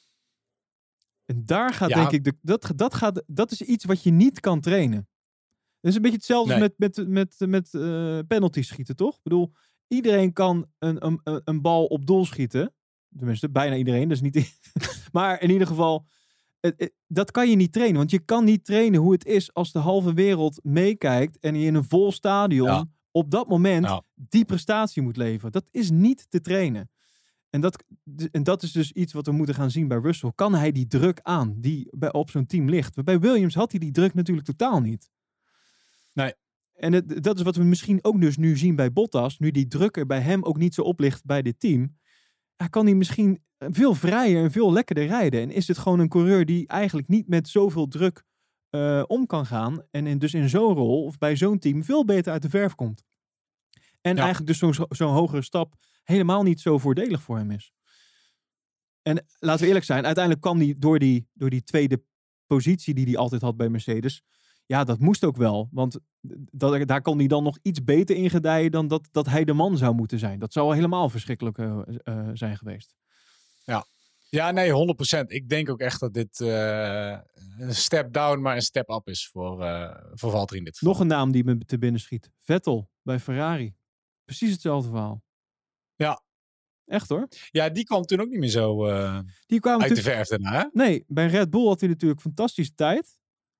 B: En daar gaat denk ik, dat is iets wat je niet kan trainen. Dat is een beetje hetzelfde met penalty schieten, toch? Ik bedoel, iedereen kan een bal op doel schieten. Tenminste, bijna iedereen. Dus niet. Maar in ieder geval, dat kan je niet trainen. Want je kan niet trainen hoe het is als de halve wereld meekijkt en je in een vol stadion op dat moment die prestatie moet leveren. Dat is niet te trainen. En dat is dus iets wat we moeten gaan zien bij Russell. Kan hij die druk aan die op zo'n team ligt? Bij Williams had hij die druk natuurlijk totaal niet.
A: Nee.
B: En dat is wat we misschien ook dus nu zien bij Bottas. Nu die druk er bij hem ook niet zo op ligt bij dit team. Kan hij misschien veel vrijer en veel lekkerder rijden. En is dit gewoon een coureur die eigenlijk niet met zoveel druk om kan gaan. En dus in zo'n rol of bij zo'n team veel beter uit de verf komt. En eigenlijk dus zo'n hogere stap helemaal niet zo voordelig voor hem is. En laten we eerlijk zijn, uiteindelijk kwam hij door die tweede positie die hij altijd had bij Mercedes. Ja, dat moest ook wel. Want daar kon hij dan nog iets beter in gedijen dan dat hij de man zou moeten zijn. Dat zou al helemaal verschrikkelijk zijn geweest.
A: Ja, nee, 100%. Ik denk ook echt dat dit een step down, maar een step up is voor Valtteri in dit geval.
B: Nog een naam die me te binnen schiet. Vettel bij Ferrari. Precies hetzelfde verhaal.
A: Ja.
B: Echt hoor.
A: Ja, die kwam toen ook niet meer zo uit de verf daarna. Hè?
B: Nee, bij Red Bull had hij natuurlijk fantastische tijd.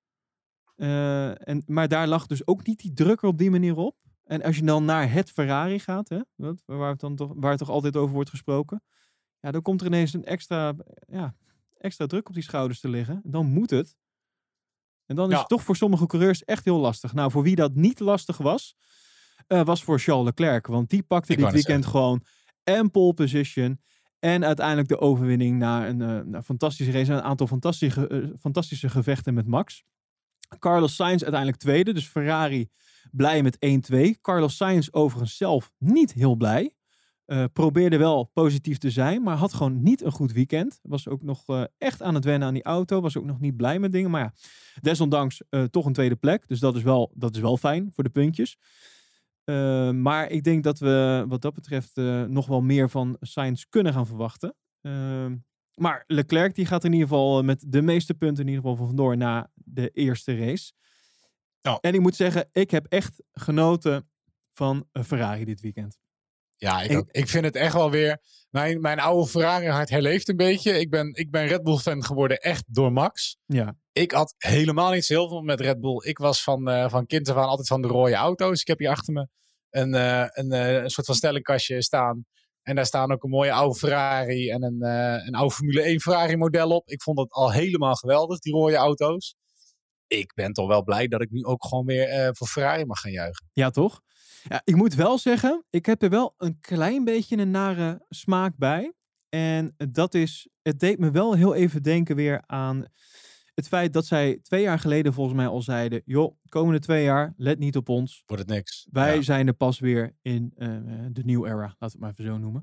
B: Maar daar lag dus ook niet die druk er op die manier op. En als je dan naar het Ferrari gaat, hè, waar het toch altijd over wordt gesproken. Ja, dan komt er ineens een extra druk op die schouders te liggen. Dan moet het. En dan is het toch voor sommige coureurs echt heel lastig. Nou, voor wie dat niet lastig was voor Charles Leclerc. Want die pakte dit weekend gewoon en pole position. En uiteindelijk de overwinning na een fantastische race. Een aantal fantastische gevechten met Max. Carlos Sainz uiteindelijk tweede. Dus Ferrari blij met 1-2. Carlos Sainz overigens zelf niet heel blij. Probeerde wel positief te zijn. Maar had gewoon niet een goed weekend. Was ook nog echt aan het wennen aan die auto. Was ook nog niet blij met dingen. Maar ja, desondanks toch een tweede plek. Dus dat is wel fijn voor de puntjes. Maar ik denk dat we wat dat betreft nog wel meer van Sainz kunnen gaan verwachten. Maar Leclerc die gaat in ieder geval met de meeste punten in ieder geval vandoor na de eerste race. Oh. En ik moet zeggen, ik heb echt genoten van Ferrari dit weekend.
A: Ja, ik vind het echt wel weer... Mijn oude Ferrari-hart herleeft een beetje. Ik ben Red Bull-fan geworden echt door Max.
B: Ja.
A: Ik had helemaal niet zo heel veel met Red Bull. Ik was van kind af aan altijd van de rode auto's. Ik heb hier achter me een soort van stellingkastje staan. En daar staan ook een mooie oude Ferrari en een oude Formule 1 Ferrari model op. Ik vond dat al helemaal geweldig, die rode auto's. Ik ben toch wel blij dat ik nu ook gewoon weer voor Ferrari mag gaan juichen.
B: Ja, toch? Ja, ik moet wel zeggen, ik heb er wel een klein beetje een nare smaak bij. En dat is, het deed me wel heel even denken weer aan het feit dat zij 2 jaar geleden volgens mij al zeiden... joh, komende 2 jaar, let niet op ons.
A: Wordt het niks.
B: Wij zijn er pas weer in de new era. Laten we het maar even zo noemen.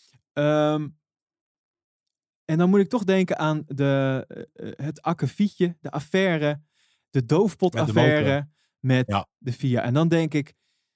B: En dan moet ik toch denken aan het akkefietje, de affaire, de doofpotaffaire met de FIA. En dan denk ik,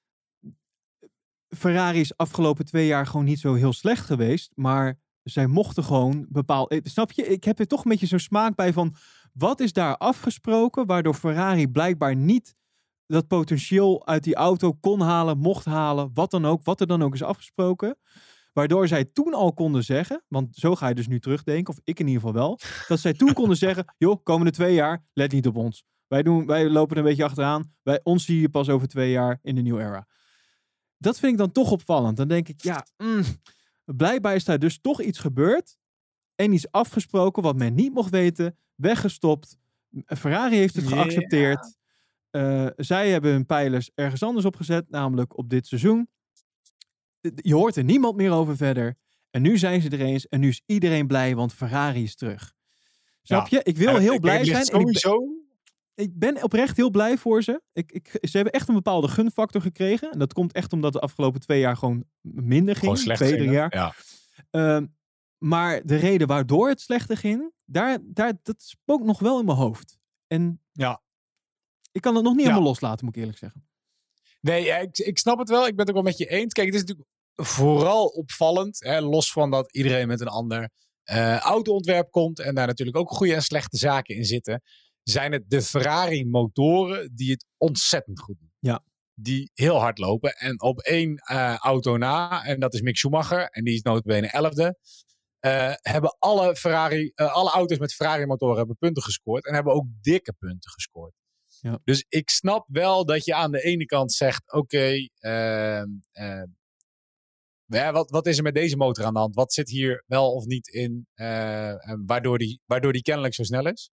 B: Ferrari is afgelopen 2 jaar gewoon niet zo heel slecht geweest, maar zij mochten gewoon snap je? Ik heb er toch een beetje zo'n smaak bij van, wat is daar afgesproken, waardoor Ferrari blijkbaar niet dat potentieel uit die auto kon halen, mocht halen, wat er dan ook is afgesproken. Waardoor zij toen al konden zeggen, want zo ga je dus nu terugdenken, of ik in ieder geval wel, dat zij toen konden zeggen, joh, komende 2 jaar, let niet op ons. Wij lopen er een beetje achteraan. Ons zie je pas over 2 jaar in de new era. Dat vind ik dan toch opvallend. Dan denk ik, blijkbaar is daar dus toch iets gebeurd en iets afgesproken wat men niet mocht weten, weggestopt. Ferrari heeft het geaccepteerd. Zij hebben hun pijlers ergens anders opgezet, namelijk op dit seizoen. Je hoort er niemand meer over verder. En nu zijn ze er eens. En nu is iedereen blij, want Ferrari is terug. Snap je? Ik wil heel blij zijn.
A: Sowieso.
B: Ik ben oprecht heel blij voor ze. Ze hebben echt een bepaalde gunfactor gekregen. En dat komt echt omdat de afgelopen 2 jaar gewoon minder ging.
A: Gewoon slecht
B: 2-3 jaar.
A: Ja.
B: Maar de reden waardoor het slechter ging, dat spookt nog wel in mijn hoofd. En ik kan het nog niet helemaal loslaten, moet ik eerlijk zeggen.
A: Nee, ik snap het wel. Ik ben het ook wel met je eens. Kijk, het is natuurlijk vooral opvallend. Los van dat iedereen met een ander autoontwerp komt. En daar natuurlijk ook goede en slechte zaken in zitten. Zijn het de Ferrari motoren die het ontzettend goed doen.
B: Ja.
A: Die heel hard lopen. En op 1 auto na. En dat is Mick Schumacher. En die is notabene 11e. Hebben alle auto's met Ferrari motoren hebben punten gescoord. En hebben ook dikke punten gescoord.
B: Ja.
A: Dus ik snap wel dat je aan de ene kant zegt, oké, wat is er met deze motor aan de hand? Wat zit hier wel of niet in, waardoor die kennelijk zo snel is?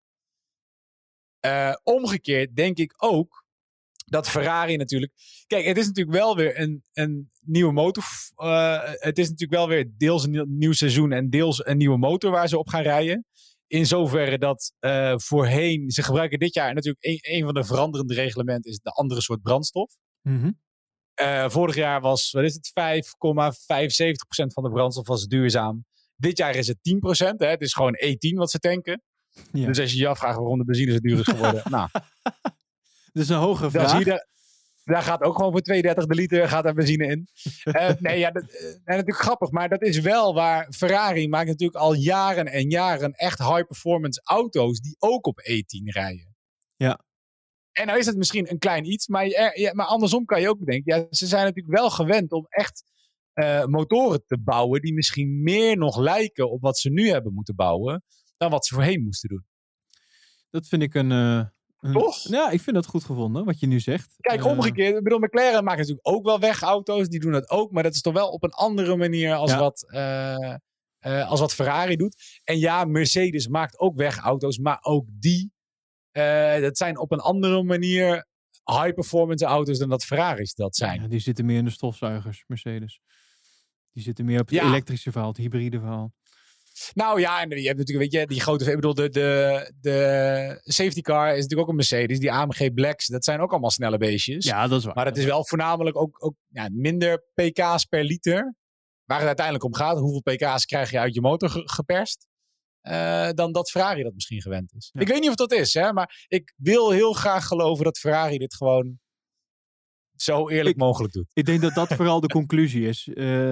A: Omgekeerd denk ik ook dat Ferrari natuurlijk... Kijk, het is natuurlijk wel weer een nieuwe motor. Het is natuurlijk wel weer deels een nieuw seizoen en deels een nieuwe motor waar ze op gaan rijden. In zoverre dat voorheen, ze gebruiken dit jaar natuurlijk een van de veranderende reglementen is de andere soort brandstof.
B: Mm-hmm.
A: Vorig jaar was, 5,75% van de brandstof was duurzaam. Dit jaar is het 10%. Het is gewoon E10 wat ze tanken. Ja. Dus als je je afvraagt waarom de benzine zo duur is geworden.
B: Dus een hogere vraag.
A: Daar gaat ook gewoon voor 32 de liter gaat er benzine in. Natuurlijk grappig. Maar dat is wel waar Ferrari maakt natuurlijk al jaren en jaren echt high performance auto's die ook op E10 rijden.
B: Ja.
A: En nou is het misschien een klein iets. Maar andersom kan je ook bedenken. Ja, ze zijn natuurlijk wel gewend om echt motoren te bouwen die misschien meer nog lijken op wat ze nu hebben moeten bouwen dan wat ze voorheen moesten doen.
B: Dat vind ik
A: toch?
B: Ja, ik vind dat goed gevonden, wat je nu zegt.
A: Kijk, omgekeerd. Ik bedoel, McLaren maakt natuurlijk ook wel wegauto's. Die doen dat ook. Maar dat is toch wel op een andere manier als wat Ferrari doet. En ja, Mercedes maakt ook wegauto's. Maar ook die, dat zijn op een andere manier high performance auto's dan dat Ferraris dat zijn.
B: Ja, die zitten meer in de stofzuigers, Mercedes. Die zitten meer op het elektrische verhaal, het hybride verhaal.
A: Nou ja, en je hebt natuurlijk, weet je, die grote... Ik bedoel, de safety car is natuurlijk ook een Mercedes. Die AMG Blacks, dat zijn ook allemaal snelle beestjes.
B: Ja, dat is waar.
A: Maar dat is wel voornamelijk ook minder pk's per liter. Waar het uiteindelijk om gaat. Hoeveel pk's krijg je uit je motor geperst? Dan dat Ferrari dat misschien gewend is. Ja. Ik weet niet of dat is, hè, maar ik wil heel graag geloven dat Ferrari dit gewoon zo eerlijk mogelijk doet.
B: Ik denk dat dat vooral de conclusie is.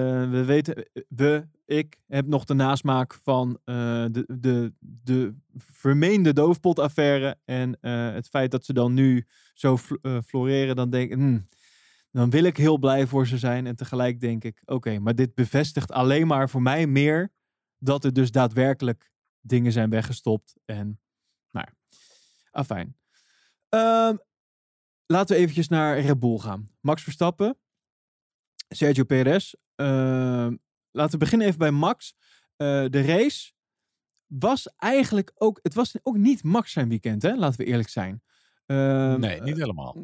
B: Ik heb nog de nasmaak van de vermeende doofpotaffaire. En het feit dat ze dan nu zo floreren, dan denk ik, dan wil ik heel blij voor ze zijn. En tegelijk denk ik, oké, maar dit bevestigt alleen maar voor mij meer dat er dus daadwerkelijk dingen zijn weggestopt. En, nou ja, afijn. Laten we eventjes naar Red Bull gaan. Max Verstappen, Sergio Perez. Laten we beginnen even bij Max. De race was eigenlijk ook... Het was ook niet Max zijn weekend, hè? Laten we eerlijk zijn.
A: Nee, niet helemaal.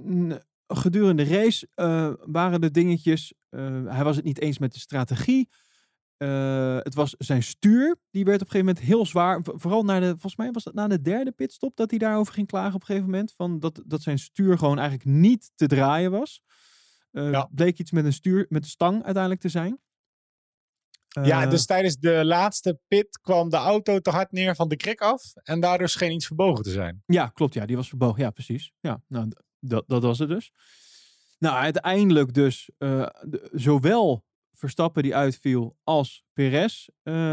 B: Gedurende de race waren er dingetjes... hij was het niet eens met de strategie. het was zijn stuur. Die werd op een gegeven moment heel zwaar. Vooral volgens mij was dat na de derde pitstop dat hij daarover ging klagen op een gegeven moment. Van dat zijn stuur gewoon eigenlijk niet te draaien was. Bleek iets met een stang uiteindelijk te zijn.
A: Dus tijdens de laatste pit kwam de auto te hard neer van de krik af. En daardoor scheen iets verbogen te zijn.
B: Ja, klopt. Ja, die was verbogen. Ja, precies. Ja, nou, dat was het dus. Nou, uiteindelijk dus zowel Verstappen die uitviel als Perez.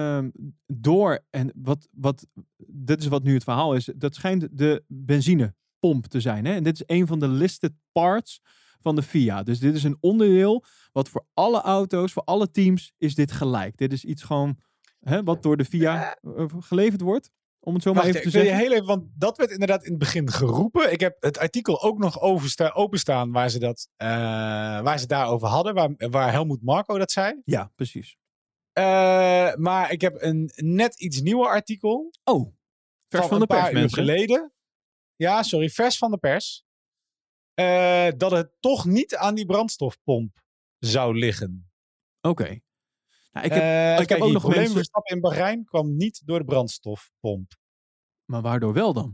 B: Dit is wat nu het verhaal is. Dat schijnt de benzinepomp te zijn. Hè? En dit is een van de listed parts van de FIA. Dus dit is een onderdeel wat voor alle auto's, voor alle teams is dit gelijk. Dit is iets gewoon wat door de FIA geleverd wordt. Om het zo maar even te zeggen.
A: Heel even, want dat werd inderdaad in het begin geroepen. Ik heb het artikel ook nog openstaan waar ze daarover hadden. Waar Helmut Marko dat zei.
B: Ja, precies.
A: Maar ik heb een net iets nieuwer artikel.
B: Oh, vers van de pers,
A: een paar uur geleden. Ja, sorry, vers van de pers. Dat het toch niet aan die brandstofpomp zou liggen.
B: Oké. Nou, ik heb ook nog
A: probleem Verstappen in Bahrein kwam niet door de brandstofpomp.
B: Maar waardoor wel dan?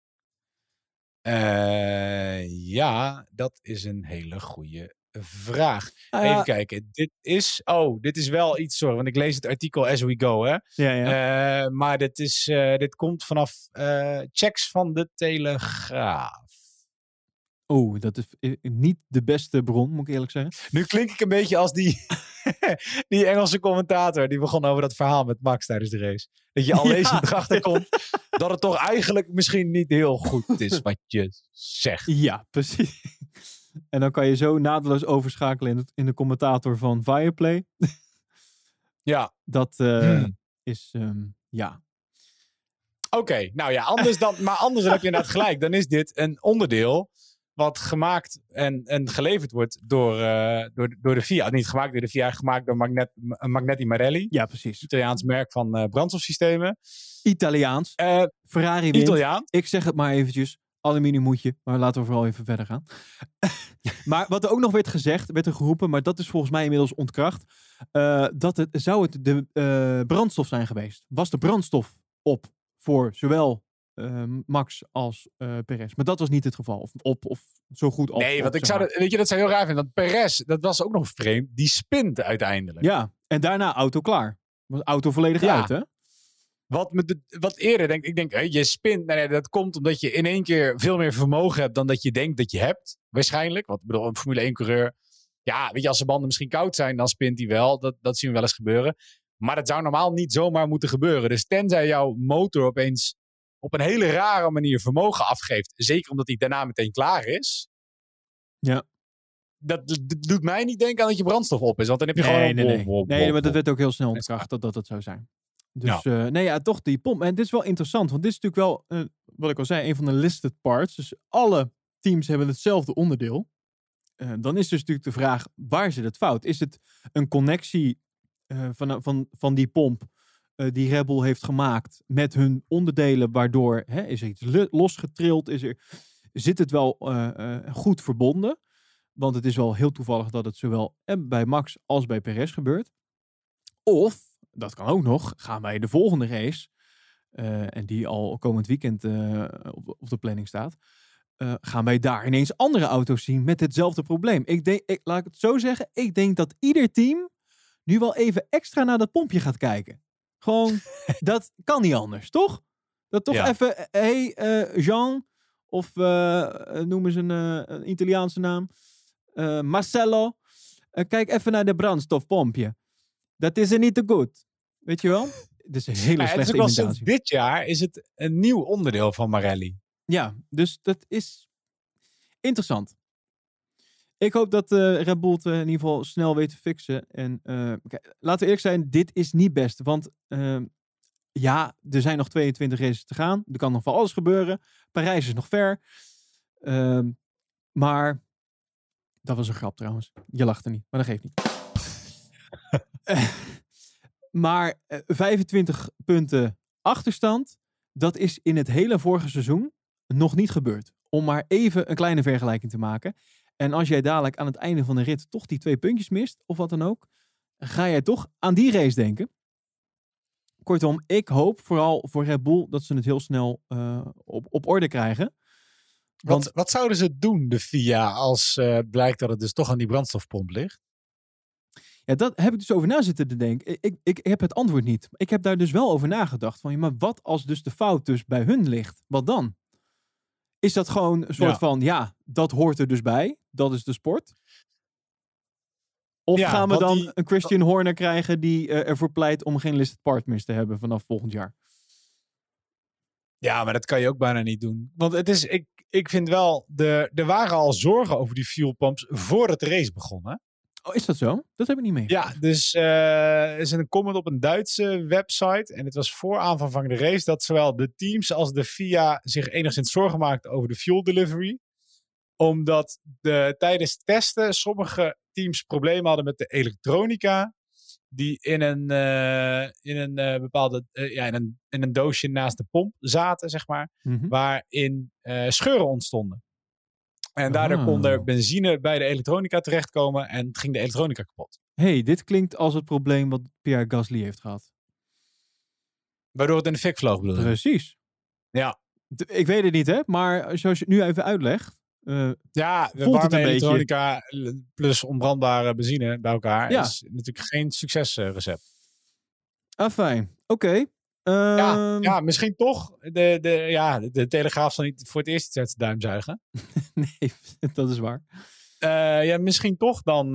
A: Dat is een hele goede vraag. Even kijken. Dit is wel iets, sorry, want ik lees het artikel as we go, hè.
B: Ja.
A: Maar dit komt vanaf checks van de Telegraaf.
B: Oh, dat is niet de beste bron, moet ik eerlijk zeggen.
A: Nu klink ik een beetje als die Engelse commentator. Die begon over dat verhaal met Max tijdens de race. Dat je al lezend erachter komt dat het toch eigenlijk misschien niet heel goed is wat je zegt.
B: Ja, precies. En dan kan je zo naadloos overschakelen in de commentator van Viaplay.
A: Ja.
B: Dat is, ja.
A: Oké, nou ja, anders dan heb je inderdaad gelijk. Dan is dit een onderdeel wat gemaakt en geleverd wordt door de FIA. Niet gemaakt door de FIA, gemaakt door Magneti Marelli.
B: Ja, precies.
A: Italiaans merk van brandstofsystemen.
B: Italiaans. Ferrari wint.
A: Italiaans.
B: Ik zeg het maar eventjes. Aluminium moetje. Maar laten we vooral even verder gaan. Maar wat er ook nog werd gezegd, werd er geroepen, maar dat is volgens mij inmiddels ontkracht. Zou het de brandstof zijn geweest? Was de brandstof op voor zowel Max als Perez. Maar dat was niet het geval. Of zo goed als.
A: Nee, want ik zou dat zou heel raar vinden. Want Perez, dat was ook nog vreemd. Die spint uiteindelijk.
B: Ja, en daarna auto klaar. Was auto volledig uit, hè?
A: Wat eerder denk ik, je spint. Nee, dat komt omdat je in één keer veel meer vermogen hebt dan dat je denkt dat je hebt. Waarschijnlijk. Want ik bedoel, een Formule 1 coureur. Ja, weet je, als de banden misschien koud zijn, dan spint hij wel. Dat zien we wel eens gebeuren. Maar dat zou normaal niet zomaar moeten gebeuren. Dus tenzij jouw motor opeens op een hele rare manier vermogen afgeeft. Zeker omdat hij daarna meteen klaar is.
B: Ja.
A: Dat doet mij niet denken aan dat je brandstof op is. Want dan heb je
B: Nee, maar dat werd ook heel snel ontkracht dat het zou zijn. Dus toch die pomp. En dit is wel interessant. Want dit is natuurlijk wel, wat ik al zei, een van de listed parts. Dus alle teams hebben hetzelfde onderdeel. Dan is dus natuurlijk de vraag, waar zit het fout? Is het een connectie van die pomp die Red Bull heeft gemaakt met hun onderdelen, waardoor is er iets losgetrild? Zit het wel goed verbonden? Want het is wel heel toevallig dat het zowel bij Max als bij Perez gebeurt. Of, dat kan ook nog, gaan wij de volgende race, en die al komend weekend op de planning staat, gaan wij daar ineens andere auto's zien met hetzelfde probleem. Laat ik het zo zeggen, ik denk dat ieder team nu wel even extra naar dat pompje gaat kijken. Gewoon, dat kan niet anders, toch? Dat toch even, Jean, of noem eens een Italiaanse naam, Marcello, kijk even naar de brandstofpompje. Dat is er niet te goed. Weet je wel? Het is een hele slechte imitatie.
A: Sinds dit jaar is het een nieuw onderdeel van Marelli.
B: Ja, dus dat is interessant. Ik hoop dat Red Bull het in ieder geval snel weet te fixen. En laten we eerlijk zijn, dit is niet best. Want er zijn nog 22 races te gaan. Er kan nog van alles gebeuren. Parijs is nog ver. Maar dat was een grap trouwens. Je lacht er niet, maar dat geeft niet. Maar 25 punten achterstand, dat is in het hele vorige seizoen nog niet gebeurd. Om maar even een kleine vergelijking te maken. En als jij dadelijk aan het einde van de rit toch die 2 puntjes mist, of wat dan ook, ga jij toch aan die race denken. Kortom, ik hoop vooral voor Red Bull dat ze het heel snel op orde krijgen. Want
A: Wat zouden ze doen, de FIA, als blijkt dat het dus toch aan die brandstofpomp ligt?
B: ja, dat heb ik dus over na zitten te denken. Ik heb het antwoord niet. Ik heb daar dus wel over nagedacht. Van, ja, maar wat als dus de fout dus bij hun ligt? Wat dan? Is dat gewoon een soort van, ja, dat hoort er dus bij. Dat is de sport. Of
A: Ja,
B: gaan we
A: want
B: dan een Christian Horner krijgen die ervoor pleit om geen listed partners te hebben vanaf volgend jaar?
A: Ja, maar dat kan je ook bijna niet doen. Want het is, ik vind wel, er waren al zorgen over die fuel pumps voordat de race begon. Hè?
B: Oh, is dat zo? Dat heb ik niet mee.
A: Ja, dus er is een comment op een Duitse website. En het was voor aanvang van de race dat zowel de teams als de FIA zich enigszins zorgen maakten over de fuel delivery. Omdat tijdens testen sommige teams problemen hadden met de elektronica. Die in een doosje naast de pomp zaten, zeg maar.
B: Mhm.
A: Waarin scheuren ontstonden. En daardoor kon er benzine bij de elektronica terechtkomen en ging de elektronica kapot.
B: Hey, dit klinkt als het probleem wat Pierre Gasly heeft gehad.
A: Waardoor het in de fik vloog, bedoel je?
B: Precies.
A: Ja.
B: Ik weet het niet, hè? Maar zoals je het nu even uitlegt.
A: Ja,
B: voelt het
A: warme
B: een
A: elektronica plus onbrandbare benzine bij elkaar
B: Ja.
A: is natuurlijk geen succesrecept.
B: Fijn. Oké.
A: Ja, misschien toch. De Telegraaf zal niet voor het eerst iets uit zijn duim zuigen.
B: Nee, dat is waar.
A: Ja, misschien toch dan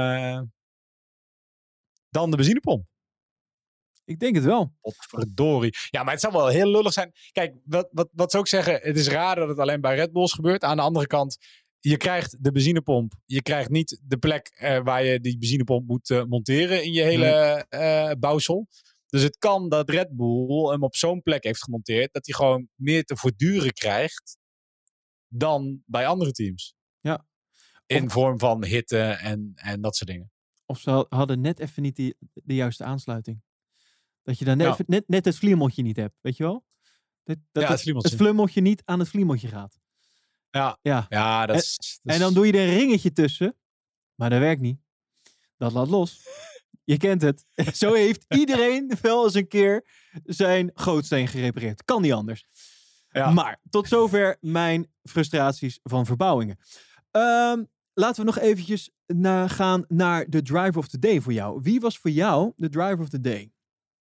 A: de benzinepomp.
B: Ik denk het wel.
A: Potverdorie. Ja, maar het zou wel heel lullig zijn. Kijk, wat ze ook zeggen, het is raar dat het alleen bij Red Bulls gebeurt. Aan de andere kant, je krijgt de benzinepomp. Je krijgt niet de plek waar je die benzinepomp moet monteren in je hele bouwsel. Dus het kan dat Red Bull hem op zo'n plek heeft gemonteerd dat hij gewoon meer te verduren krijgt dan bij andere teams.
B: Ja.
A: In vorm van hitte en dat soort dingen.
B: Of ze hadden net even niet de juiste aansluiting. Dat je dan net het vliemeltje niet hebt, weet je wel? Dat het vliemeltje niet aan het vliemeltje gaat.
A: Ja, dat is...
B: En dan doe je er een ringetje tussen. Maar dat werkt niet. Dat laat los. Je kent het. Zo heeft iedereen wel eens een keer zijn gootsteen gerepareerd. Kan niet anders. Ja. Maar tot zover mijn frustraties van verbouwingen. Laten we nog eventjes gaan naar de driver of the day voor jou. Wie was voor jou de driver of the day?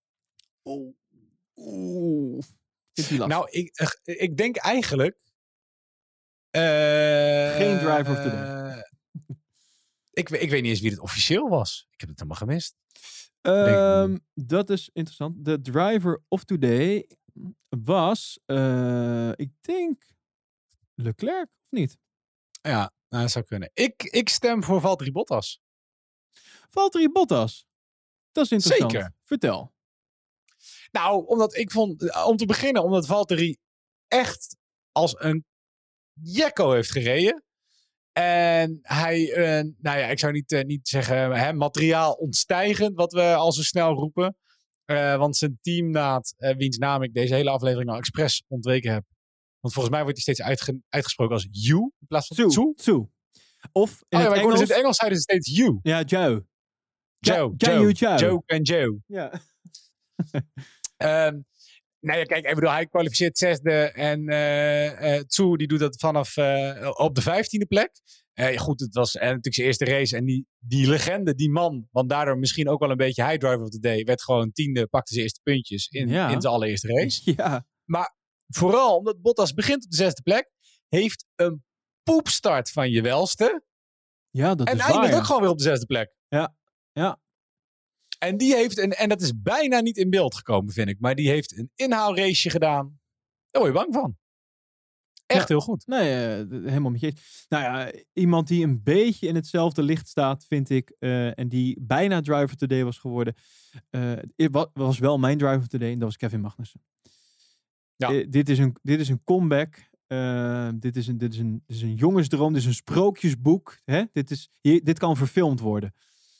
A: Nou, ik denk eigenlijk...
B: Geen driver of the day.
A: Ik weet niet eens wie het officieel was. Ik heb het helemaal gemist.
B: Dat is interessant. De driver of today was, ik denk, Leclerc, of niet?
A: Ja, dat zou kunnen. Ik stem voor Valtteri Bottas.
B: Valtteri Bottas? Dat is interessant.
A: Zeker.
B: Vertel.
A: Nou, omdat ik vond, om te beginnen, omdat Valtteri echt als een jekko heeft gereden. En hij, ik zou niet zeggen materiaal ontstijgend, wat we al zo snel roepen. Want zijn teammaat, wiens naam ik deze hele aflevering al expres ontweken heb. Want volgens mij wordt hij steeds uitgesproken als you in plaats van Tsu.
B: Of in het Engels...
A: in het Engels zeiden ze steeds you.
B: Ja, Joe.
A: Joe en Joe.
B: Ja.
A: Nou ja, kijk, ik bedoel, hij kwalificeert 6e en Tsu die doet dat vanaf op de 15e plek. Goed, het was natuurlijk zijn eerste race en die legende, die man, want daardoor misschien ook wel een beetje high driver of the day, werd gewoon 10e, pakte zijn eerste puntjes in zijn allereerste race.
B: Ja.
A: Maar vooral omdat Bottas begint op de 6e plek, heeft een poepstart van je welste.
B: Ja, dat is waar.
A: En eindigt ook gewoon weer op de 6e plek.
B: Ja.
A: En die heeft en dat is bijna niet in beeld gekomen, vind ik. Maar die heeft een inhaalraceje gedaan. Daar word je bang van. Echt heel goed.
B: Nee, helemaal met je. Nou ja, iemand die een beetje in hetzelfde licht staat, vind ik. En die bijna driver today was geworden. Was wel mijn driver today. En dat was Kevin Magnussen. Ja. Dit is een comeback. Dit is een jongensdroom. Dit is een sprookjesboek. Hè? Dit kan verfilmd worden.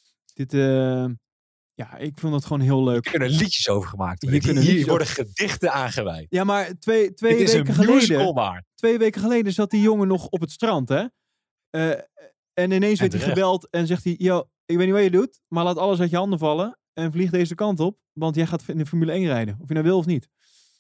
B: Ja, ik vond dat gewoon heel leuk.
A: Hier kunnen liedjes over gemaakt worden. Hier worden gedichten aangeweid.
B: Ja, maar twee weken geleden zat die jongen nog op het strand, hè? En ineens werd hij gebeld en zegt hij... Yo, ik weet niet wat je doet, maar laat alles uit je handen vallen en vlieg deze kant op, want jij gaat in de Formule 1 rijden. Of je nou wil of niet.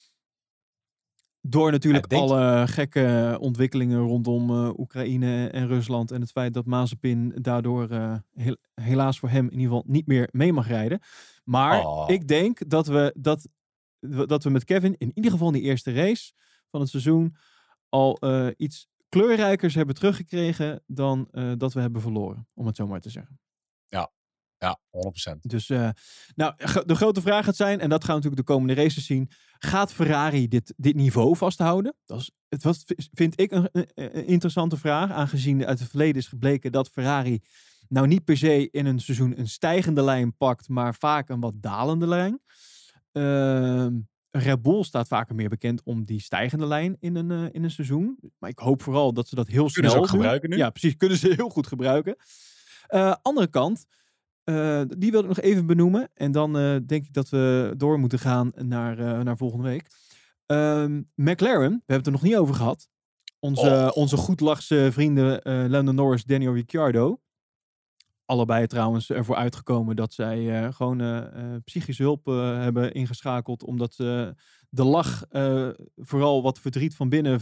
B: Door natuurlijk alle gekke ontwikkelingen rondom Oekraïne en Rusland en het feit dat Mazepin daardoor helaas voor hem in ieder geval niet meer mee mag rijden. Maar ik denk dat we met Kevin in ieder geval in die eerste race van het seizoen al iets kleurrijkers hebben teruggekregen dan dat we hebben verloren, om het zo maar te zeggen.
A: Ja, 100%.
B: Dus de grote vraag gaat zijn, en dat gaan we natuurlijk de komende races zien, gaat Ferrari dit niveau vasthouden? Vind ik een interessante vraag, aangezien uit het verleden is gebleken dat Ferrari nou niet per se in een seizoen een stijgende lijn pakt, maar vaak een wat dalende lijn. Red Bull staat vaker meer bekend om die stijgende lijn in een seizoen. Maar ik hoop vooral dat ze dat heel snel doen.
A: Gebruiken nu.
B: Ja, precies. Kunnen ze heel goed gebruiken. Andere kant, die wil ik nog even benoemen. En dan denk ik dat we door moeten gaan naar volgende week. McLaren, we hebben het er nog niet over gehad. Onze goedlachse vrienden Lando Norris, Daniel Ricciardo. Allebei trouwens ervoor uitgekomen dat zij gewoon psychische hulp hebben ingeschakeld. Omdat ze de lach vooral wat verdriet van binnen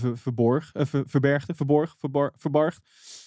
B: verbargt.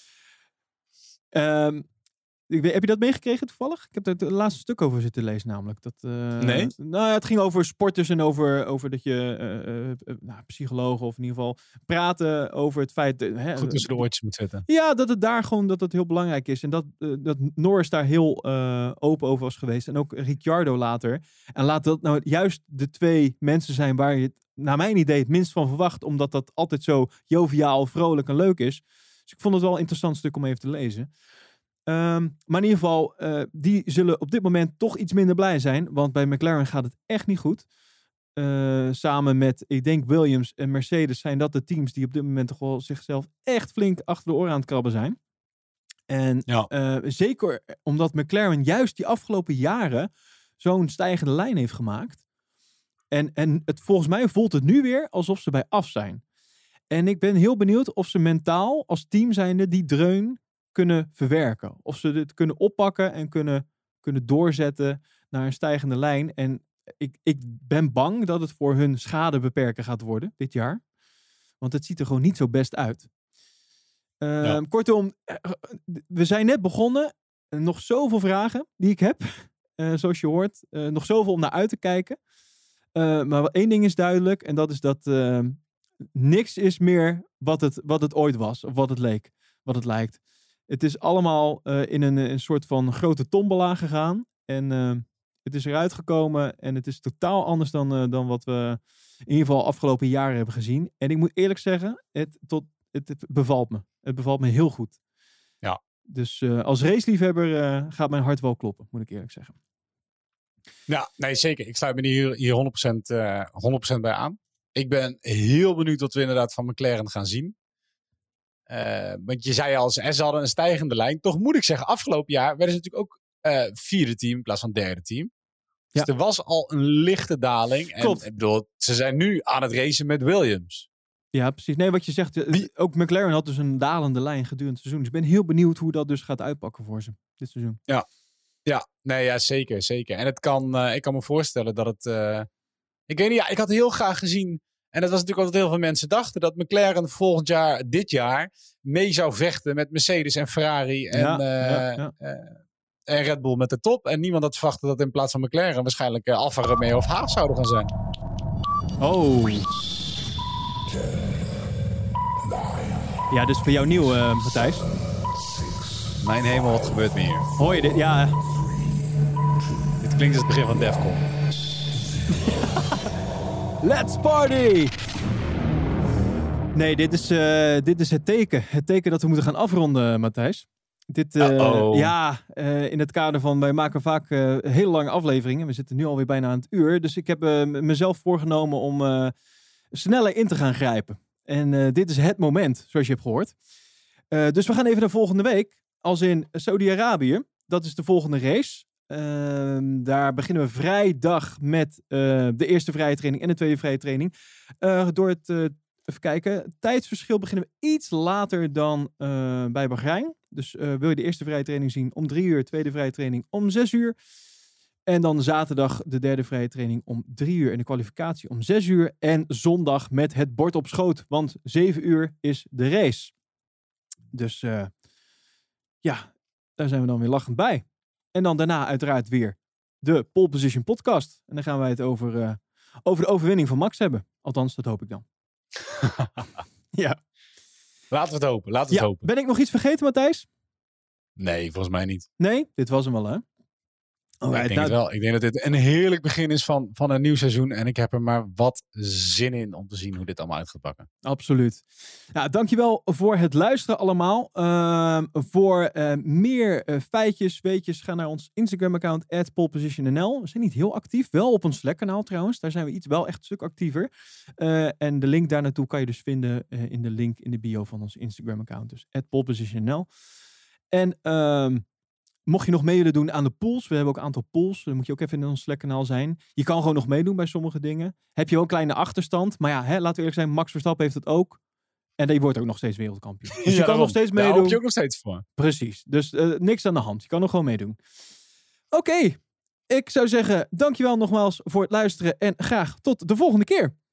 B: Heb je dat meegekregen toevallig? Ik heb er het laatste stuk over zitten lezen namelijk.
A: Nee?
B: Nou ja, het ging over sporters en over dat je psychologen of in ieder geval praten over het feit...
A: Goed tussen de oortjes moet zetten.
B: Ja, dat het daar gewoon dat het heel belangrijk is. En dat Norris daar heel open over was geweest. En ook Ricciardo later. En laat dat nou juist de twee mensen zijn waar je het, naar mijn idee, het minst van verwacht. Omdat dat altijd zo joviaal, vrolijk en leuk is. Dus ik vond het wel een interessant stuk om even te lezen. Maar in ieder geval, die zullen op dit moment toch iets minder blij zijn. Want bij McLaren gaat het echt niet goed. Samen met, ik denk, Williams en Mercedes zijn dat de teams die op dit moment toch wel zichzelf echt flink achter de oren aan het krabben zijn. En zeker omdat McLaren juist die afgelopen jaren zo'n stijgende lijn heeft gemaakt. En volgens mij voelt het nu weer alsof ze bij af zijn. En ik ben heel benieuwd of ze mentaal als team zijnde die dreun kunnen verwerken. Of ze dit kunnen oppakken en kunnen doorzetten naar een stijgende lijn. En ik ben bang dat het voor hun schade beperken gaat worden dit jaar. Want het ziet er gewoon niet zo best uit. Kortom, we zijn net begonnen. Nog zoveel vragen die ik heb. Zoals je hoort. Nog zoveel om naar uit te kijken. Maar één ding is duidelijk. En dat is dat niks is meer wat het ooit was. Of wat het leek. Wat het lijkt. Het is allemaal in een soort van grote tombola gegaan. En het is eruit gekomen. En het is totaal anders dan wat we in ieder geval afgelopen jaren hebben gezien. En ik moet eerlijk zeggen, het bevalt me. Het bevalt me heel goed.
A: Ja.
B: Dus als raceliefhebber gaat mijn hart wel kloppen, moet ik eerlijk zeggen.
A: Ja, nee, zeker. Ik sluit me hier 100% bij aan. Ik ben heel benieuwd wat we inderdaad van McLaren gaan zien. Want je zei al, ze hadden een stijgende lijn. Toch moet ik zeggen, afgelopen jaar werden ze natuurlijk ook vierde team in plaats van derde team. Dus er was al een lichte daling. En ik bedoel, ze zijn nu aan het racen met Williams. Ja, precies. Nee, wat je zegt, ook McLaren had dus een dalende lijn gedurende het seizoen. Dus ik ben heel benieuwd hoe dat dus gaat uitpakken voor ze dit seizoen. Ja, zeker. En het ik kan me voorstellen dat het... ik weet niet, ik had heel graag gezien... En dat was natuurlijk wat heel veel mensen dachten. Dat McLaren dit jaar, mee zou vechten met Mercedes en Ferrari en Red Bull met de top. En niemand had verwacht dat in plaats van McLaren waarschijnlijk Alfa Romeo of Haas zouden gaan zijn.
B: Oh. Ja, dus voor jou nieuw, Matthijs.
A: Mijn hemel, wat gebeurt me hier?
B: Hoor je dit? Ja.
A: Dit klinkt als het begin van Defcon.
B: Let's party! Nee, dit is het teken. Het teken dat we moeten gaan afronden, Matthijs. In het kader van... Wij maken vaak hele lange afleveringen. We zitten nu alweer bijna aan het uur. Dus ik heb mezelf voorgenomen om sneller in te gaan grijpen. En dit is het moment, zoals je hebt gehoord. Dus we gaan even naar volgende week. Als in Saudi-Arabië. Dat is de volgende race. Daar beginnen we vrijdag met de eerste vrije training en de tweede vrije training. Door het even kijken. Tijdsverschil beginnen we iets later dan bij Bahrein. Dus wil je de eerste vrije training zien om 3 uur. Tweede vrije training om 6 uur. En dan zaterdag de derde vrije training om 3 uur. En de kwalificatie om 6 uur. En zondag met het bord op schoot. Want 7 uur is de race. Dus ja, daar zijn we dan weer lachend bij. En dan daarna uiteraard weer de Pole Position podcast. En dan gaan wij het over de overwinning van Max hebben. Althans, dat hoop ik dan. Ja.
A: Laten we het hopen. Laten we het hopen.
B: Ben ik nog iets vergeten, Matthijs?
A: Nee, volgens mij niet.
B: Nee? Dit was hem wel, hè?
A: Ik denk het wel. Ik denk dat dit een heerlijk begin is van een nieuw seizoen. En ik heb er maar wat zin in om te zien hoe dit allemaal uit gaat pakken.
B: Absoluut. Nou, dankjewel voor het luisteren allemaal. Voor meer feitjes, weetjes, ga naar ons Instagram-account @polepositionnl. We zijn niet heel actief. Wel op ons Slack-kanaal trouwens. Daar zijn we wel echt een stuk actiever. En de link daar naartoe kan je dus vinden in de link in de bio van ons Instagram-account. Dus @polepositionnl. En mocht je nog mee willen doen aan de pools. We hebben ook een aantal pools. Dan moet je ook even in ons Slack-kanaal zijn. Je kan gewoon nog meedoen bij sommige dingen. Heb je wel een kleine achterstand. Maar ja, laten we eerlijk zijn. Max Verstappen heeft het ook. En die wordt ook nog steeds wereldkampioen. Dus je kan nog steeds meedoen.
A: Daar hoop je ook nog steeds voor.
B: Precies. Dus niks aan de hand. Je kan nog gewoon meedoen. Oké. Ik zou zeggen, dankjewel nogmaals voor het luisteren. En graag tot de volgende keer.